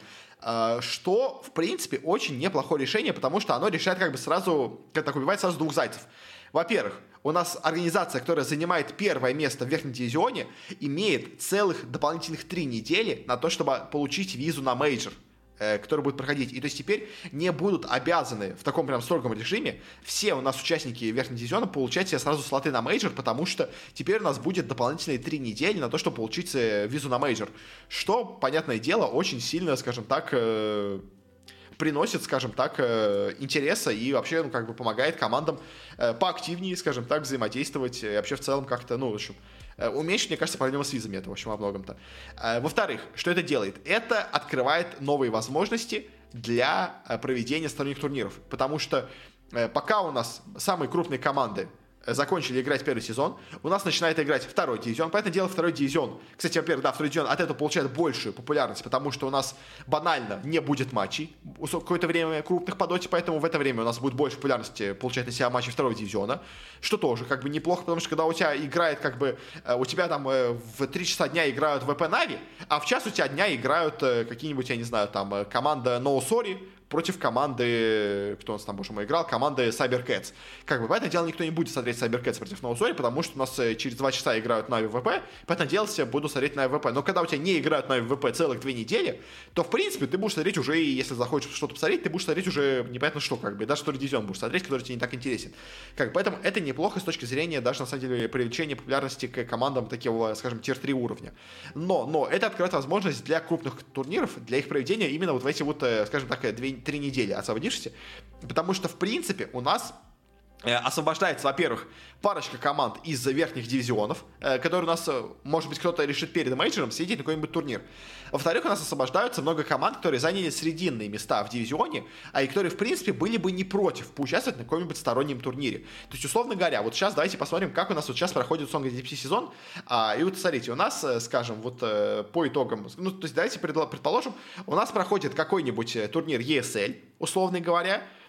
Что, в принципе, очень неплохое решение, потому что оно решает как бы сразу, как так, убивает сразу двух зайцев. Во-первых, у нас организация, которая занимает первое место в верхнем дивизионе, имеет целых дополнительных 3 недели на то, чтобы получить визу на мейджор, который будет проходить. И то есть теперь не будут обязаны в таком прям строгом режиме все у нас участники верхнего дивизиона получать себе сразу слоты на мейджор, потому что теперь у нас будет дополнительные 3 недели на то, чтобы получить визу на мейджор. Что, понятное дело, очень сильно, скажем так, приносит, скажем так, интереса и вообще, ну, как бы помогает командам поактивнее, скажем так, взаимодействовать и вообще в целом как-то, ну, в общем, уменьшить, мне кажется, проблемы с визами, это, в общем, во многом-то. Во-вторых, что это делает? Это открывает новые возможности для проведения сторонних турниров, потому что пока у нас самые крупные команды закончили играть первый сезон, у нас начинает играть второй дивизион. Понятное дело, второй дивизион, кстати, во-первых, да, второй дивизион от этого получает большую популярность, потому что у нас банально не будет матчей какое-то время крупных по доте, поэтому в это время у нас будет больше популярности получать на себя матчи второго дивизиона, что тоже как бы неплохо, потому что когда у тебя играет как бы, у тебя там в 3 часа дня играют ВП Нави, а в час у тебя дня играют какие-нибудь, я не знаю, там команда No Sorry против команды, кто у нас там, боже мой, играл, команды CyberCats. Как бы, поэтому дело, никто не будет смотреть CyberCats против NoSorry, потому что у нас через 2 часа играют Na'Vi ВП, поэтому дело, все буду смотреть Na'Vi ВП. Но когда у тебя не играют Na'Vi ВП целых 2 недели, то, в принципе, ты будешь смотреть уже, если захочешь что-то посмотреть, ты будешь смотреть уже непонятно что, как бы, даже второй дивизион будешь смотреть, который тебе не так интересен. Как бы, поэтому это неплохо с точки зрения даже, на самом деле, привлечения популярности к командам такого, скажем, тир-3 уровня. Но это открывает возможность для крупных турниров, для их проведения именно вот в эти вот, скажем так, 3 недели освободишься, потому что, в принципе, у нас освобождается, во-первых, парочка команд из верхних дивизионов, которые у нас, может быть, кто-то решит перед мейджором съездить на какой-нибудь турнир. Во-вторых, у нас освобождаются много команд, которые заняли срединные места в дивизионе, и которые, в принципе, были бы не против поучаствовать на каком-нибудь стороннем турнире. То есть, условно говоря, вот сейчас давайте посмотрим, как у нас вот сейчас проходит Song DPC сезон. И вот, смотрите, у нас, скажем, вот по итогам, ну, то есть давайте предположим, у нас проходит какой-нибудь турнир ESL, условно говоря,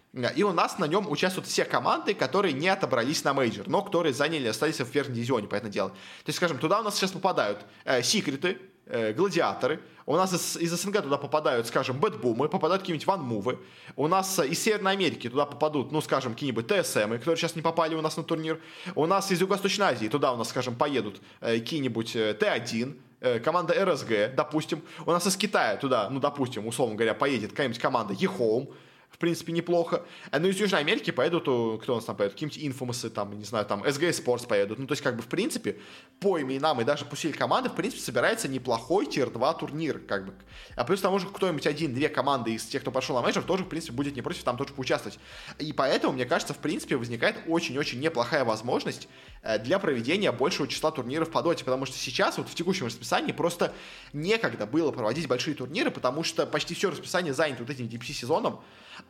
И у нас на нем участвуют все команды, которые не отобрались на мейджор, но которые остались в верхнем дивизионе, понятное дело. То есть, скажем, туда у нас сейчас попадают секреты, гладиаторы. У нас из СНГ туда попадают, скажем, бэтбумы, попадают какие-нибудь ванмувы. У нас из Северной Америки туда попадут, ну, скажем, какие-нибудь ТСМы, которые сейчас не попали у нас на турнир. У нас из Юго-Восточной Азии туда у нас, скажем, поедут какие-нибудь Т1, команда РСГ, допустим. У нас из Китая туда, ну, допустим, условно говоря, поедет какая-нибудь команда eHome. В принципе, неплохо. Но из Южной Америки поедут, кто у нас там поедут? Какие-нибудь инфомасы, там, не знаю, там, SG Sports поедут. Ну, то есть, как бы, в принципе, по именам и даже по силе команды, в принципе, собирается неплохой тир-2 турнир, как бы. А плюс к тому же, кто-нибудь один-две команды из тех, кто пошел на мейджор, тоже, в принципе, будет не против там тоже поучаствовать. И поэтому, мне кажется, в принципе, возникает очень-очень неплохая возможность для проведения большего числа турниров по доте, потому что сейчас, вот в текущем расписании, просто некогда было проводить большие турниры, потому что почти все расписание занято вот этим DPC-сезоном,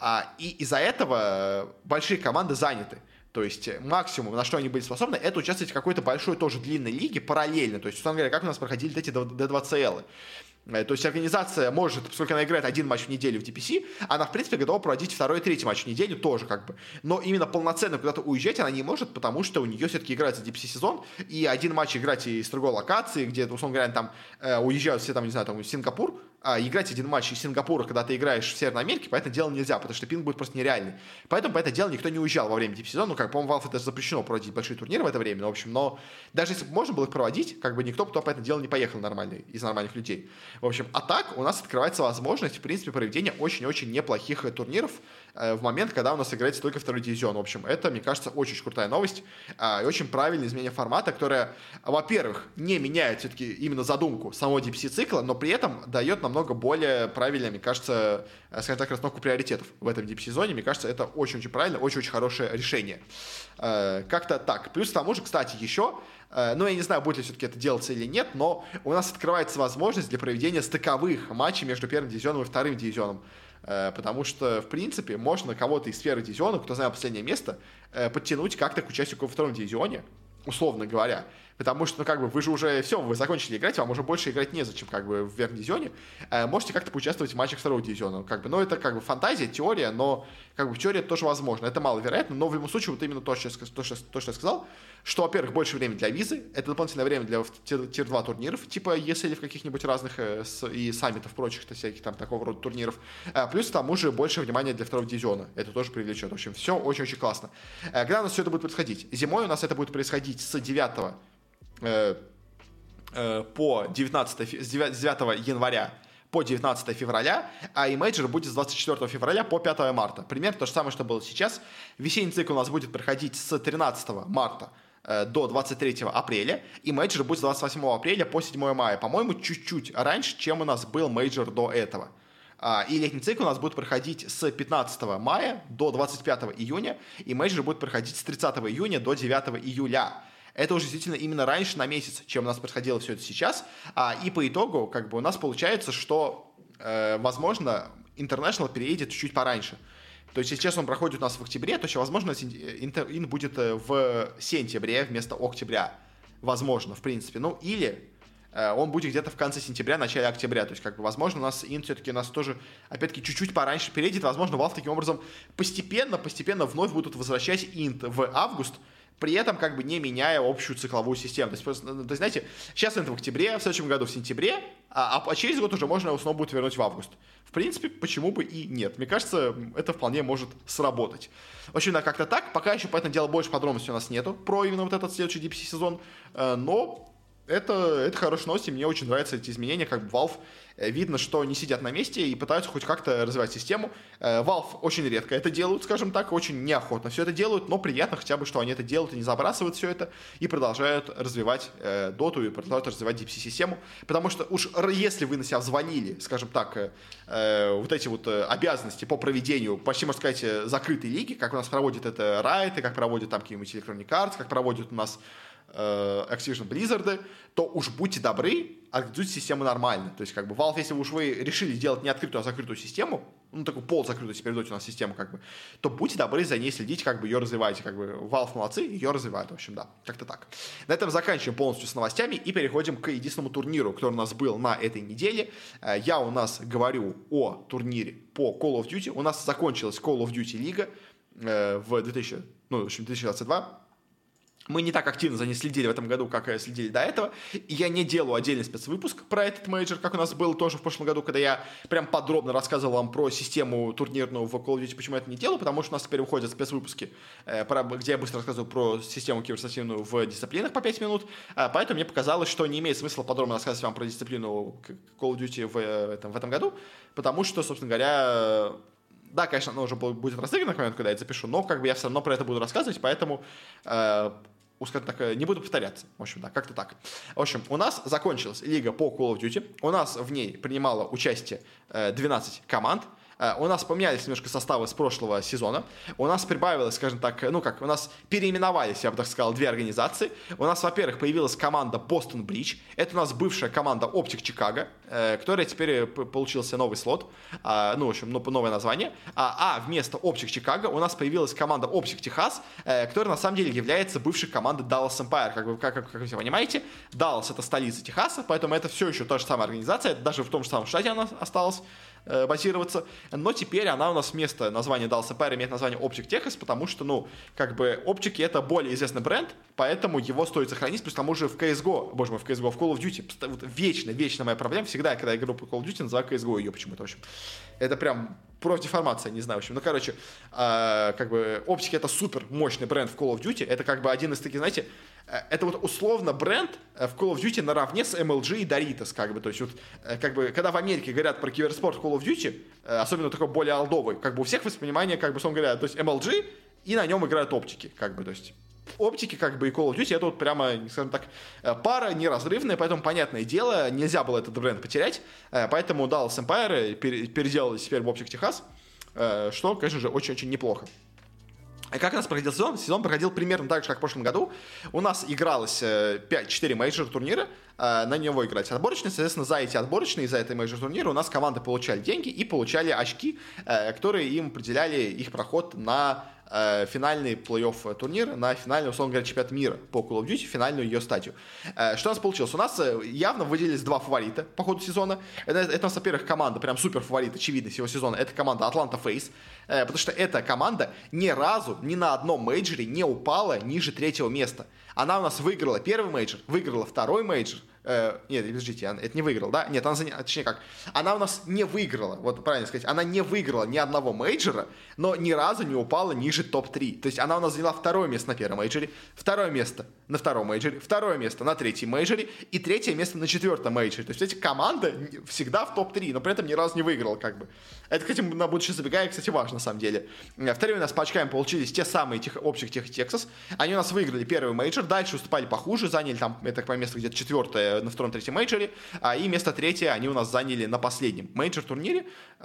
и из-за этого большие команды заняты. То есть максимум, на что они были способны, это участвовать в какой-то большой тоже длинной лиге параллельно. То есть, условно говоря, как у нас проходили эти D2CL. То есть организация может, поскольку она играет один матч в неделю в DPC, она, в принципе, готова проводить второй и третий матч в неделю тоже, как бы. Но именно полноценно куда-то уезжать она не может, потому что у нее все-таки играется DPC-сезон, и один матч играть из другой локации, где, условно говоря, там уезжают все, там, не знаю, там, в Сингапур, а играть один матч из Сингапура, когда ты играешь в Северной Америке, поэтому дело нельзя, потому что пинг будет просто нереальный. Поэтому по это дело никто не уезжал во время DPC-сезона. Ну, как, по-моему, Valve это запрещено проводить большие турниры в это время, в общем, но даже если бы можно было их проводить, как бы никто бы по это дело не поехал нормальный, из нормальных людей. В общем, а так у нас открывается возможность, в принципе, проведения очень-очень неплохих турниров в момент, когда у нас играется только второй дивизион. В общем, это, мне кажется, очень крутая новость и очень правильное изменение формата, которое, во-первых, не меняет все-таки именно задумку самого DPC-цикла, но при этом дает намного более правильно, мне кажется, скажем так, расстановку приоритетов в этом DPC-сезоне. Мне кажется, это очень-очень правильно, очень-очень хорошее решение. Как-то так. Плюс к тому же, кстати, еще, ну, я не знаю, будет ли все-таки это делаться или нет, но у нас открывается возможность для проведения стыковых матчей между первым дивизионом и вторым дивизионом. Потому что, в принципе, можно кого-то из первого дивизиона, кто занял последнее место, подтянуть как-то к участию во втором дивизионе, условно говоря. Потому что, ну, как бы, вы же уже все, вы закончили играть, вам уже больше играть незачем, как бы, в верхнем дивизионе. Можете как-то поучаствовать в матчах второго дивизиона. Как бы, ну, это, как бы, фантазия, теория, но, как бы, в теории это тоже возможно. Это маловероятно, но в любом случае, вот именно то, что я сказал, что, во-первых, больше времени для визы, это дополнительное время для тир-2 турниров, типа ESL в каких-нибудь разных и саммитов, прочих, всяких там такого рода турниров. Плюс, к тому же, больше внимания для второго дивизиона. Это тоже привлечет. В общем, все очень-очень классно. Когда у нас все это будет происходить? Зимой у нас это будет происходить с 9 по 19, с 9 января по 19 февраля, а и мейджор будет с 24 февраля по 5 марта. Примерно то же самое, что было сейчас. Весенний цикл у нас будет проходить с 13 марта до 23 апреля, и мейджор будет с 28 апреля по 7 мая. По-моему, чуть-чуть раньше, чем у нас был мейджор до этого. И летний цикл у нас будет проходить с 15 мая до 25 июня, и мейджор будет проходить с 30 июня до 9 июля. Это уже действительно именно раньше на месяц, чем у нас происходило все это сейчас. И по итогу, как бы, у нас получается, что, возможно, International переедет чуть-чуть пораньше. То есть, если честно, он проходит у нас в октябре, то еще, возможно, Ин будет в сентябре вместо октября. Возможно, в принципе. Ну, или он будет где-то в конце сентября, начале октября. То есть, как бы, возможно, у нас Ин все-таки нас тоже, опять-таки, чуть-чуть пораньше переедет. Возможно, Valve таким образом постепенно вновь будут возвращать Инт в август, при этом как бы не меняя общую цикловую систему. То есть, просто, то есть, знаете, сейчас это в октябре, в следующем году в сентябре, а через год уже можно его снова будет вернуть в август. В принципе, почему бы и нет. Мне кажется, это вполне может сработать. В общем, да, как-то так. Пока еще, поэтому дело, больше подробностей у нас нету про именно вот этот следующий DPC-сезон, но это хорошая новость, и мне очень нравятся эти изменения, как бы Valve видно, что не сидят на месте и пытаются хоть как-то развивать систему. Valve очень редко это делают, скажем так, очень неохотно все это делают, но приятно хотя бы, что они это делают и не забрасывают все это, и продолжают развивать доту, и продолжают развивать DPC-систему, потому что уж если вы на себя взвалили, скажем так, вот эти вот обязанности по проведению, почти, можно сказать, закрытой лиги, как у нас проводит это Riot, как проводят там какие-нибудь Electronic Arts, как проводят у нас Activision Blizzard, то уж будьте добры, организуйте систему нормально. То есть, как бы, Valve, если уж вы решили делать не открытую, а закрытую систему, ну, такую полузакрытую теперь у нас систему, как бы, то будьте добры за ней следить, как бы ее развивайте, как бы Valve молодцы, ее развивают, в общем, да, как-то так. На этом заканчиваем полностью с новостями и переходим к единственному турниру, который у нас был на этой неделе. Я у нас говорю о турнире по Call of Duty. У нас закончилась Call of Duty лига в 2022. Мы не так активно за ней следили в этом году, как следили до этого. И я не делаю отдельный спецвыпуск про этот мейджор, как у нас был тоже в прошлом году, когда я прям подробно рассказывал вам про систему турнирную в Call of Duty. Почему я это не делаю? Потому что у нас теперь выходят спецвыпуски, где я быстро рассказываю про систему киберспортивную в дисциплинах по 5 минут. Поэтому мне показалось, что не имеет смысла подробно рассказывать вам про дисциплину Call of Duty в этом году, потому что, собственно говоря... Да, конечно, оно уже будет разыграно к моменту, когда я это запишу, но как бы я все равно про это буду рассказывать, поэтому, скажем так, не буду повторяться. В общем, да, как-то так. В общем, у нас закончилась лига по Call of Duty. У нас в ней принимало участие 12 команд. У нас поменялись немножко составы с прошлого сезона. У нас прибавилось, скажем так, у нас переименовались, я бы так сказал, две организации. У нас, во-первых, появилась команда Boston Breach. Это у нас бывшая команда Optic Chicago, которая теперь получился новый слот. В общем, новое название. А вместо Optic Chicago у нас появилась команда Optic Texas, которая на самом деле является бывшей командой Dallas Empire. Как вы все понимаете, Даллас — это столица Техаса, поэтому это все еще та же самая организация. Даже в том же самом штате она осталась базироваться, но теперь она у нас вместо названия Dallas Empire имеет название Optic Texas, потому что, Optic — это более известный бренд, поэтому его стоит сохранить, плюс к тому же в CSGO, в Call of Duty, вечно моя проблема, всегда, когда я играю по Call of Duty, называю CSGO ее почему-то, в общем. Это прям профдеформация, не знаю, в общем. Optic — это супер мощный бренд в Call of Duty, это один из таких, знаете, это условно бренд в Call of Duty наравне с MLG и Doritos, то есть когда в Америке говорят про киберспорт в Call of Duty, особенно такой более олдовый, у всех воспринимание, условно говоря, то есть MLG, и на нем играют оптики, то есть оптики, и Call of Duty — это прямо, скажем так, пара неразрывная, поэтому, понятное дело, нельзя было этот бренд потерять, поэтому Dallas Empire переделались теперь в Optic Texas, что, конечно же, очень-очень неплохо. Как у нас проходил сезон? Сезон проходил примерно так же, как в прошлом году. У нас игралось 4 мейджор турнира, на него играть отборочные. Соответственно, за эти отборочные, за эти мейджор турниры у нас команды получали деньги и получали очки, которые им определяли их проход на финальный плей-офф турнир, на финальный, условно говоря, чемпионат мира по Call of Duty, финальную ее стадию. Что у нас получилось? У нас явно выделились два фаворита по ходу сезона. Это у нас, во-первых, команда, прям супер фаворит, очевидно, всего сезона. Это команда Atlanta FaZe, потому что эта команда ни разу, ни на одном мейджоре не упала ниже 3-го места. Она у нас выиграла первый мейджор, выиграла второй мейджор. Нет, подождите, это не выиграл, да? Нет, точнее как. Она у нас не выиграла, вот правильно сказать, она не выиграла ни одного мейджора, но ни разу не упала ниже топ-3. То есть она у нас заняла второе место на первом мейджоре, второе место на втором мейджоре, второе место на третьем мейджоре и третье место на четвертом мейджоре. То есть эти команды всегда в топ-3, но при этом ни разу не выиграла, Это, кстати, на будущее забегая, кстати, важно, на самом деле. Вторые у нас по очкам получились те самые Optic Texas. Они у нас выиграли первый мейджор, дальше уступали похуже, заняли там, я так понимаю, место где-то четвертое на втором-третьем мейджоре, и место третье они у нас заняли на последнем мейджор-турнире,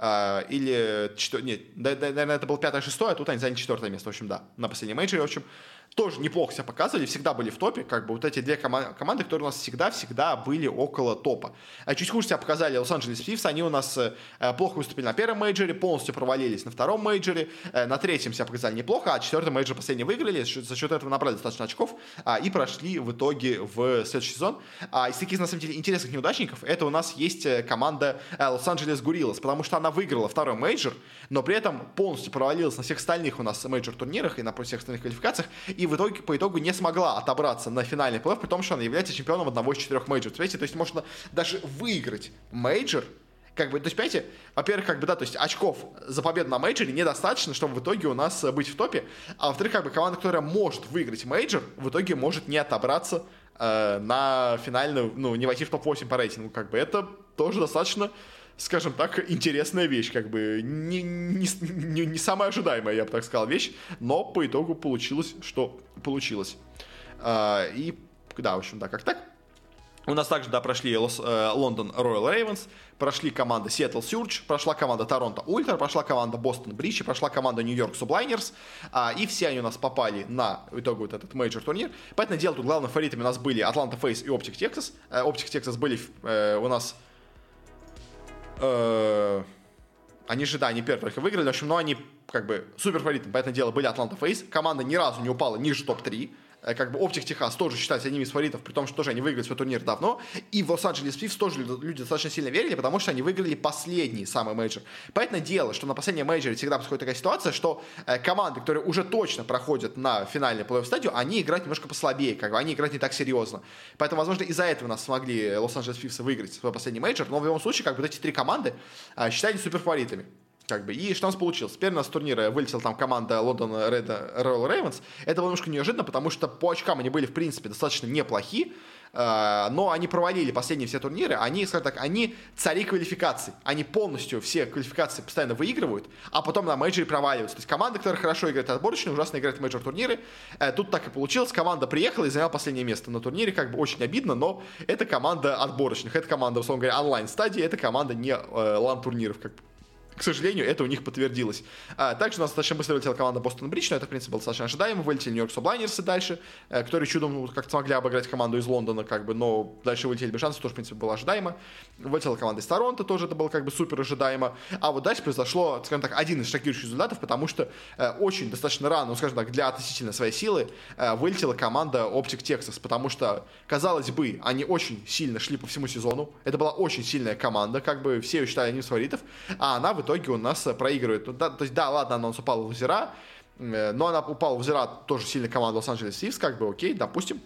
наверное, это было 5-6, а тут они заняли 4 место, в общем, да, на последнем мейджоре, в общем, тоже неплохо себя показывали, всегда были в топе, вот эти две команды, которые у нас всегда были около топа. Чуть хуже себя показали Лос-Анджелес Фифс, они у нас плохо выступили на первом мейджоре, полностью провалились на втором мейджоре, на третьем себя показали неплохо, а четвертый мейджор последний выиграли, за счет этого набрали достаточно очков и прошли в итоге в следующий сезон. Из таких, на самом деле, интересных неудачников, это у нас есть команда Лос-Анджелес Гориллас, потому что она выиграла второй мейджор, но при этом полностью провалилась на всех остальных у нас мейджор-турнирах и на всех остальных квалификациях, и по итогу не смогла отобраться на финальный плей-офф, при том, что она является чемпионом одного из 4 мейджоров. Понимаете, то есть можно даже выиграть мейджор, то есть, понимаете, во-первых, то есть очков за победу на мейджоре недостаточно, чтобы в итоге у нас быть в топе, а во-вторых, команда, которая может выиграть мейджор, в итоге может не отобраться на финальную, не войти в топ-8 по рейтингу, это тоже достаточно, скажем так, интересная вещь, не самая ожидаемая, я бы так сказал, вещь, но по итогу получилось, что получилось. И, да, в общем, да, как так. У нас также, да, прошли Лондон Royal Ravens, прошли команда Seattle Surge, прошла команда Toronto Ultra, прошла команда Boston Breach, прошла команда New York Subliners, и все они у нас попали на итогу вот этот мейджор-турнир. Поэтому дело тут главными фаворитами у нас были Atlanta FaZe и Optic Texas. Optic Texas были у нас... Они же, да, они первые только выиграли, в общем, но они как бы супер фаворитами, понятное дело, были Атланта Фейс. Команда ни разу не упала ниже топ-3. Как бы Оптик Техас тоже считается одним из фаворитов, при том, что тоже они выиграли свой турнир давно. И в Лос-Анджелес Фифс тоже люди достаточно сильно верили, потому что они выиграли последний самый мейджор. Понятное дело, что на последнем мейджоре всегда происходит такая ситуация, что команды, которые уже точно проходят на финальный плей-офф стадию, они играют немножко послабее, как бы они играют не так серьезно. Поэтому, возможно, из-за этого нас смогли Лос-Анджелес Фифс выиграть свой последний мейджор, но в любом случае, как бы эти три команды считались суперфаворитами. Как бы. И что у нас получилось? Теперь у нас с турнира вылетела там команда Лондон Royal Ravens. Это было немножко неожиданно, потому что по очкам они были, в принципе, достаточно неплохи, но они провалили последние все турниры. Они, скажем так, они цари квалификаций. Они полностью все квалификации постоянно выигрывают, а потом на мейджоре проваливаются. То есть команда, которая хорошо играет отборочные, ужасно играет в мейджор-турниры. Тут так и получилось. Команда приехала и заняла последнее место на турнире. Как бы очень обидно, но это команда отборочных. Это команда, условно говоря, онлайн-стадии. Это команда не лан-турниров, как бы. К сожалению, это у них подтвердилось. Также у нас достаточно быстро вылетела команда Бостон Бридж, но это, в принципе, было достаточно ожидаемо. Вылетели Нью-Йорк Сублайнерсы дальше, которые чудом как-то смогли обыграть команду из Лондона, как бы, но дальше вылетели без шансов, тоже, в принципе, было ожидаемо. Вылетела команда из Торонто, тоже это было как бы супер ожидаемо. А вот дальше произошло, скажем так, один из шокирующих результатов, потому что очень достаточно рано, ну, скажем так, для относительно своей силы вылетела команда Optic Texas, потому что, казалось бы, они очень сильно шли по всему сезону. Это была очень сильная команда, как бы все ее считали одним из фаворитов, а она в итоге у нас проигрывает. Ну, да, то есть, да, ладно, она у нас упала в лузера, но она упала в лузера тоже сильная команда Лос-Анджелес Сивс, как бы, окей, допустим.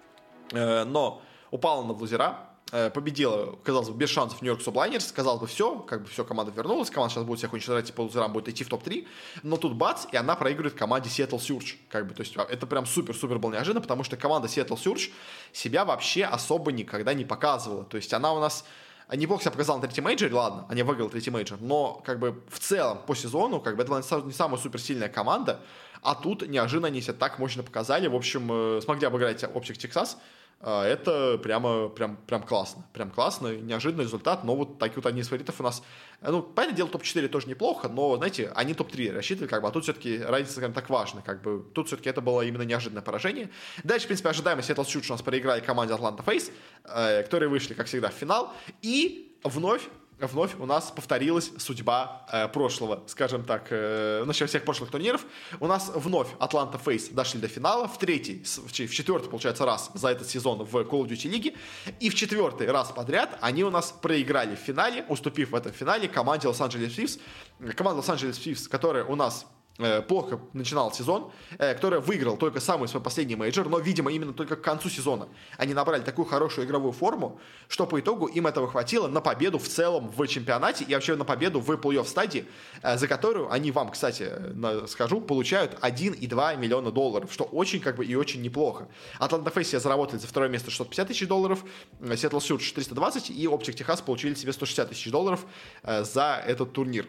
Но упала она в лузера, победила, казалось бы, без шансов Нью-Йорк Сублайнерс, казалось бы, все, как бы все, команда вернулась, команда сейчас будет всех уничтожать, по лузерам будет идти в топ-3, но тут бац, и она проигрывает команде Seattle Surge, как бы, то есть это прям супер-супер было неожиданно, потому что команда Seattle Surge себя вообще особо никогда не показывала, то есть она у нас неплохо себя показал на третьем мейджоре, ладно, они выиграли третий мейджор, но как бы в целом по сезону как бы это была не самая суперсильная команда, а тут неожиданно они себя так мощно показали, в общем, смогли обыграть Optic Texas. Это прям классно. Прям классно, неожиданный результат, но вот такие вот одни из фаворитов у нас. Ну, понятное дело, топ-4 тоже неплохо, но, знаете, они топ-3 рассчитывали, как бы, а тут все-таки разница, скажем так, важна, как бы, тут все-таки это было именно неожиданное поражение. Дальше, в принципе, ожидаемо Seattle Surge у нас проиграли команде Atlanta Face, которые вышли, как всегда, в финал, и вновь у нас повторилась судьба прошлого, скажем так, во всех прошлых турниров. У нас вновь Atlanta Face дошли до финала в четвертый, получается, раз за этот сезон в Call of Duty лиге. И в четвертый раз подряд они у нас проиграли в финале, уступив в этом финале команде Los-Angeles Chiefs. Команда Los-Angeles Chiefs, которая у нас плохо начинал сезон, который выиграл только самый свой последний мейджор, но, видимо, именно только к концу сезона они набрали такую хорошую игровую форму, что по итогу им этого хватило на победу в целом в чемпионате и вообще на победу в плей-офф стадии, за которую они вам, кстати, скажу, получают 1,2 миллиона долларов, что очень как бы и очень неплохо. Atlanta Face заработали за второе место 650 тысяч долларов, Seattle Surge 320 и Optic Texas получили себе 160 тысяч долларов за этот турнир.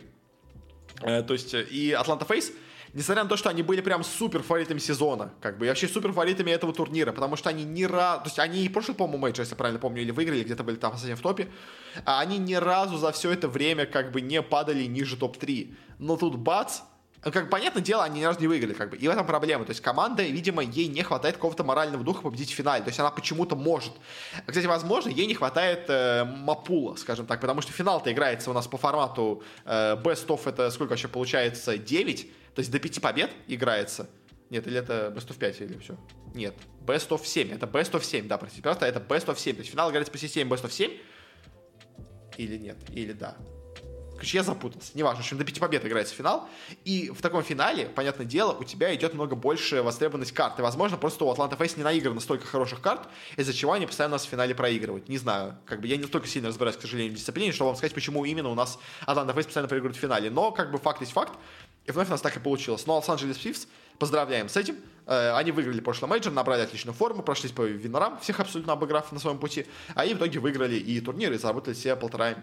То есть, и Atlanta Face, несмотря на то, что они были прям супер фаворитами сезона, как бы, и вообще супер фаворитами этого турнира, потому что они ни разу, то есть они и прошлый, по-моему, мейдж, если я правильно помню, или выиграли, где-то были там совсем в топе, а они ни разу за все это время как бы не падали ниже топ-3. Но тут бац, как бы, понятное дело, они ни разу не выиграли, как бы, и в этом проблема. То есть команда, видимо, ей не хватает какого-то морального духа победить в финале. То есть она почему-то может. Кстати, возможно, ей не хватает мапула, скажем так, потому что финал-то играется у нас по формату Best of, это сколько вообще получается, 9, то есть до 5 побед играется. Нет, или это Best of 5, или все? Нет, Best of 7, это Best of 7, да, простите, просто это Best of 7. То есть финал играется по системе Best of 7, или нет, или да. Короче, я запутался. Неважно, в общем, до 5 побед играется финал. И в таком финале, понятное дело, у тебя идет много больше востребованность карт. И, возможно, просто у Atlanta Face не наиграно столько хороших карт, из-за чего они постоянно нас в финале проигрывают. Не знаю. Как бы я не настолько сильно разбираюсь, к сожалению, в дисциплине, чтобы вам сказать, почему именно у нас Atlanta Face постоянно проигрывает в финале. Но, как бы, факт есть факт. И вновь у нас так и получилось. Но Los-Angeles Chiefs, поздравляем с этим. Они выиграли прошлый мейджор, набрали отличную форму, прошлись по винорам, всех абсолютно обыграв на своем пути. А и в итоге выиграли и турнир, и заработали себе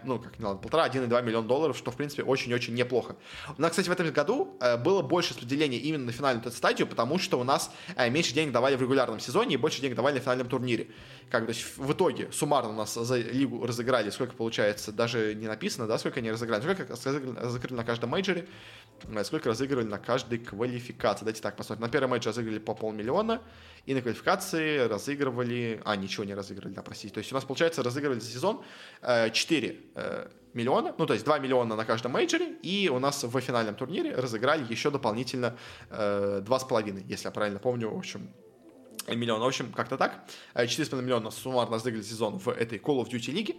1,2 миллиона долларов, что, в принципе, очень-очень неплохо. У нас, кстати, в этом году было больше распределения именно на финальную эту стадию, потому что у нас меньше денег давали в регулярном сезоне и больше денег давали на финальном турнире. Как, то есть, в итоге суммарно у нас за лигу разыграли, сколько получается, даже не написано, да, сколько они разыграли, сколько разыграли на каждом мейджоре, сколько разыгрывали на каждой квалификации. Давайте так посмотрим. На первом мейджоре разыграли по 500 000, и на квалификации разыгрывали... ничего не разыгрывали, да, простите. То есть у нас, получается, разыгрывали за сезон 4 миллиона, ну, то есть 2 миллиона на каждом мейджоре, и у нас в финальном турнире разыграли еще дополнительно 2,5, если я правильно помню, в общем, миллиона. В общем, как-то так. 4,5 миллиона суммарно разыграли сезон в этой Call of Duty лиге.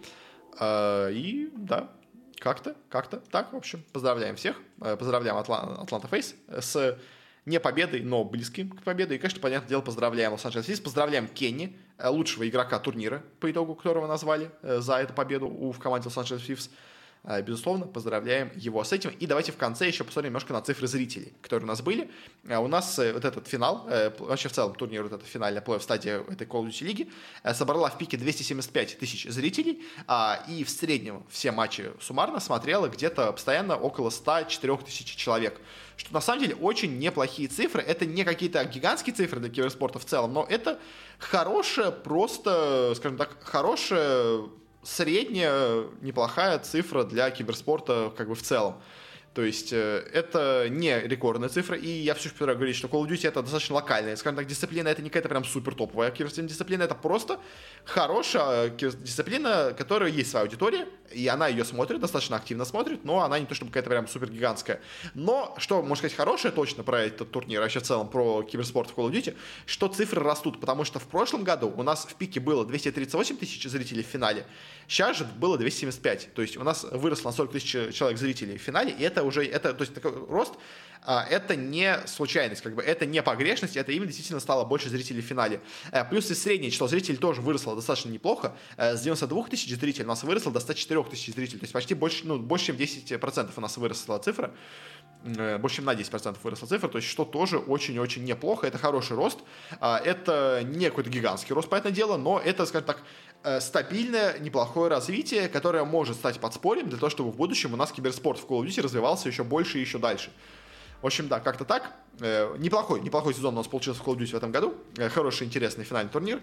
И, да, как-то так, в общем, поздравляем всех. Поздравляем Atlanta Face с не победой, но близким к победе. И, конечно, понятное дело, поздравляем Лос-Анджелес Лис, поздравляем Кенни, лучшего игрока турнира, по итогу которого назвали за эту победу в команде Лос-Анджелес Лис. Безусловно, поздравляем его с этим. И давайте в конце еще посмотрим немножко на цифры зрителей, которые у нас были. У нас вот этот финал, вообще в целом турнир, вот эта финальная плей-офф стадия этой Call of Duty лиги собрала в пике 275 тысяч зрителей, и в среднем все матчи суммарно смотрело где-то постоянно около 104 тысяч человек. Что на самом деле очень неплохие цифры. Это не какие-то гигантские цифры для киберспорта в целом, но это хорошая, просто, скажем так, хорошая, средняя, неплохая цифра для киберспорта как бы в целом. То есть это не рекордная цифра, и я все еще говорю, что Call of Duty это достаточно локальная, скажем так, дисциплина, это не какая-то прям супер топовая киберспортивная дисциплина, это просто хорошая дисциплина, которая есть своя аудитория, и она ее смотрит, достаточно активно смотрит, но она не то чтобы какая-то прям супер гигантская. Но, что можно сказать хорошее точно про этот турнир, вообще в целом про киберспорт в Call of Duty, что цифры растут, потому что в прошлом году у нас в пике было 238 тысяч зрителей в финале, сейчас же было 275, то есть у нас выросло на 40 тысяч человек зрителей в финале, и это уже, то есть такой рост, это не случайность, как бы, это не погрешность, это именно действительно стало больше зрителей в финале. Плюс и среднее число зрителей тоже выросло достаточно неплохо, с 92 тысяч зрителей у нас выросло до 104 тысяч зрителей, то есть почти больше, больше чем 10% у нас выросла цифра, больше чем на 10% выросла цифра, то есть что тоже очень-очень неплохо, это хороший рост, это не какой-то гигантский рост, понятное дело, но это, скажем так, стабильное, неплохое развитие, которое может стать подспорьем для того, чтобы в будущем у нас киберспорт в Call of Duty развивался еще больше и еще дальше. В общем, да, как-то так. Неплохой сезон у нас получился в Call of Duty в этом году. Хороший, интересный финальный турнир.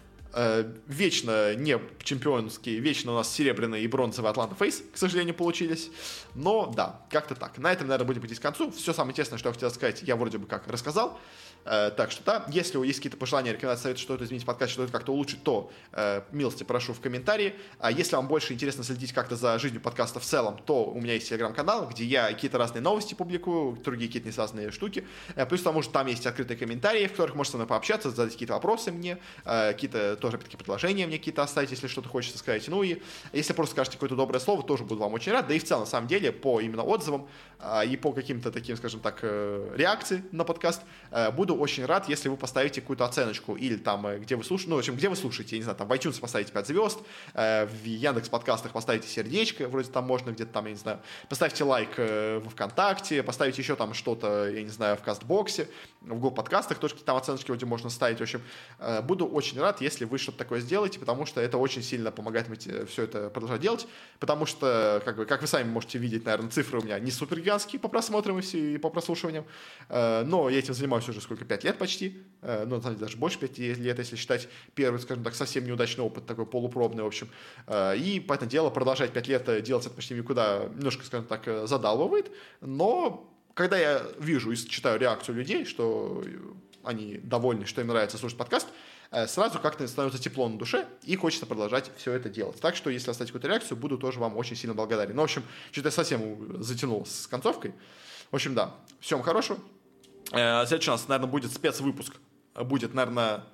Вечно не чемпионские, вечно у нас серебряные и бронзовые Atlanta Face, к сожалению, получились. Но да, как-то так. На этом, наверное, будем идти к концу. Все самое интересное, что я хотел сказать, я вроде бы как рассказал. Так что да, если есть какие-то пожелания, рекомендации, советы, что-то изменить в подкасте, что-то как-то улучшить, то милости прошу в комментарии. А если вам больше интересно следить как-то за жизнью подкаста в целом, то у меня есть телеграм-канал, где я какие-то разные новости публикую, другие какие-то несвязанные штуки. Плюс к тому же там есть открытые комментарии, в которых можно со мной пообщаться, задать какие-то вопросы мне, какие-то тоже такие предложения мне какие-то оставить, если что-то хочется сказать. Ну и если просто скажете какое-то доброе слово, тоже буду вам очень рад. Да и в целом, на самом деле, по именно отзывам и по каким-то таким, скажем так, реакции на подкаст, буду очень рад, если вы поставите какую-то оценочку или там, где вы слушаете, ну, в общем, где вы слушаете, я не знаю, там в iTunes поставите 5 звезд, в Яндекс подкастах поставите сердечко, вроде там можно где-то там, я не знаю, поставьте лайк в ВКонтакте, поставите еще там что-то, я не знаю, в Кастбоксе, в Google подкастах тоже какие-то там оценочки вроде можно ставить, в общем, буду очень рад, если вы что-то такое сделаете, потому что это очень сильно помогает мне все это продолжать делать, потому что, как вы сами можете видеть, наверное, цифры у меня не супер гигантские по просмотрам и по прослушиваниям, но я этим занимаюсь уже сколько, 5 лет почти, ну, на самом деле, даже больше 5 лет, если считать первый, скажем так, совсем неудачный опыт, такой полупробный, в общем. И, понятное дело, продолжать 5 лет делать это почти никуда, немножко, скажем так, задалбывает, но когда я вижу и читаю реакцию людей, что они довольны, что им нравится слушать подкаст, сразу как-то становится тепло на душе, и хочется продолжать все это делать. Так что, если оставить какую-то реакцию, буду тоже вам очень сильно благодарен. Ну, в общем, что-то я совсем затянул с концовкой. В общем, да, всем хорошего. Следующий у нас, наверное, будет спецвыпуск. Будет, наверное,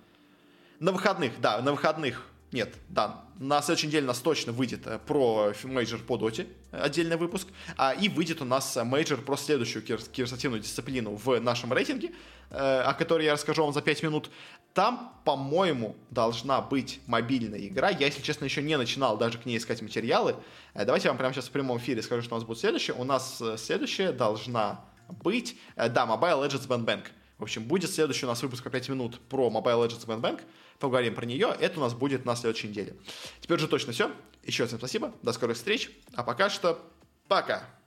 на выходных. Да, на выходных. Нет, да, на следующей неделе у нас точно выйдет про мейджор по доте отдельный выпуск. И выйдет у нас мейджор про следующую киберспортивную дисциплину в нашем рейтинге, о которой я расскажу вам за 5 минут. Там, по-моему, должна быть мобильная игра. Я, если честно, еще не начинал даже к ней искать материалы. Давайте я вам прямо сейчас в прямом эфире скажу, что у нас будет следующее. У нас следующее должна быть, да, Mobile Legends Bang Bang. В общем, будет следующий у нас выпуск по 5 минут про Mobile Legends Bang Bang. Поговорим про нее. Это у нас будет на следующей неделе. Теперь уже точно все. Еще раз всем спасибо. До скорых встреч. А пока что пока.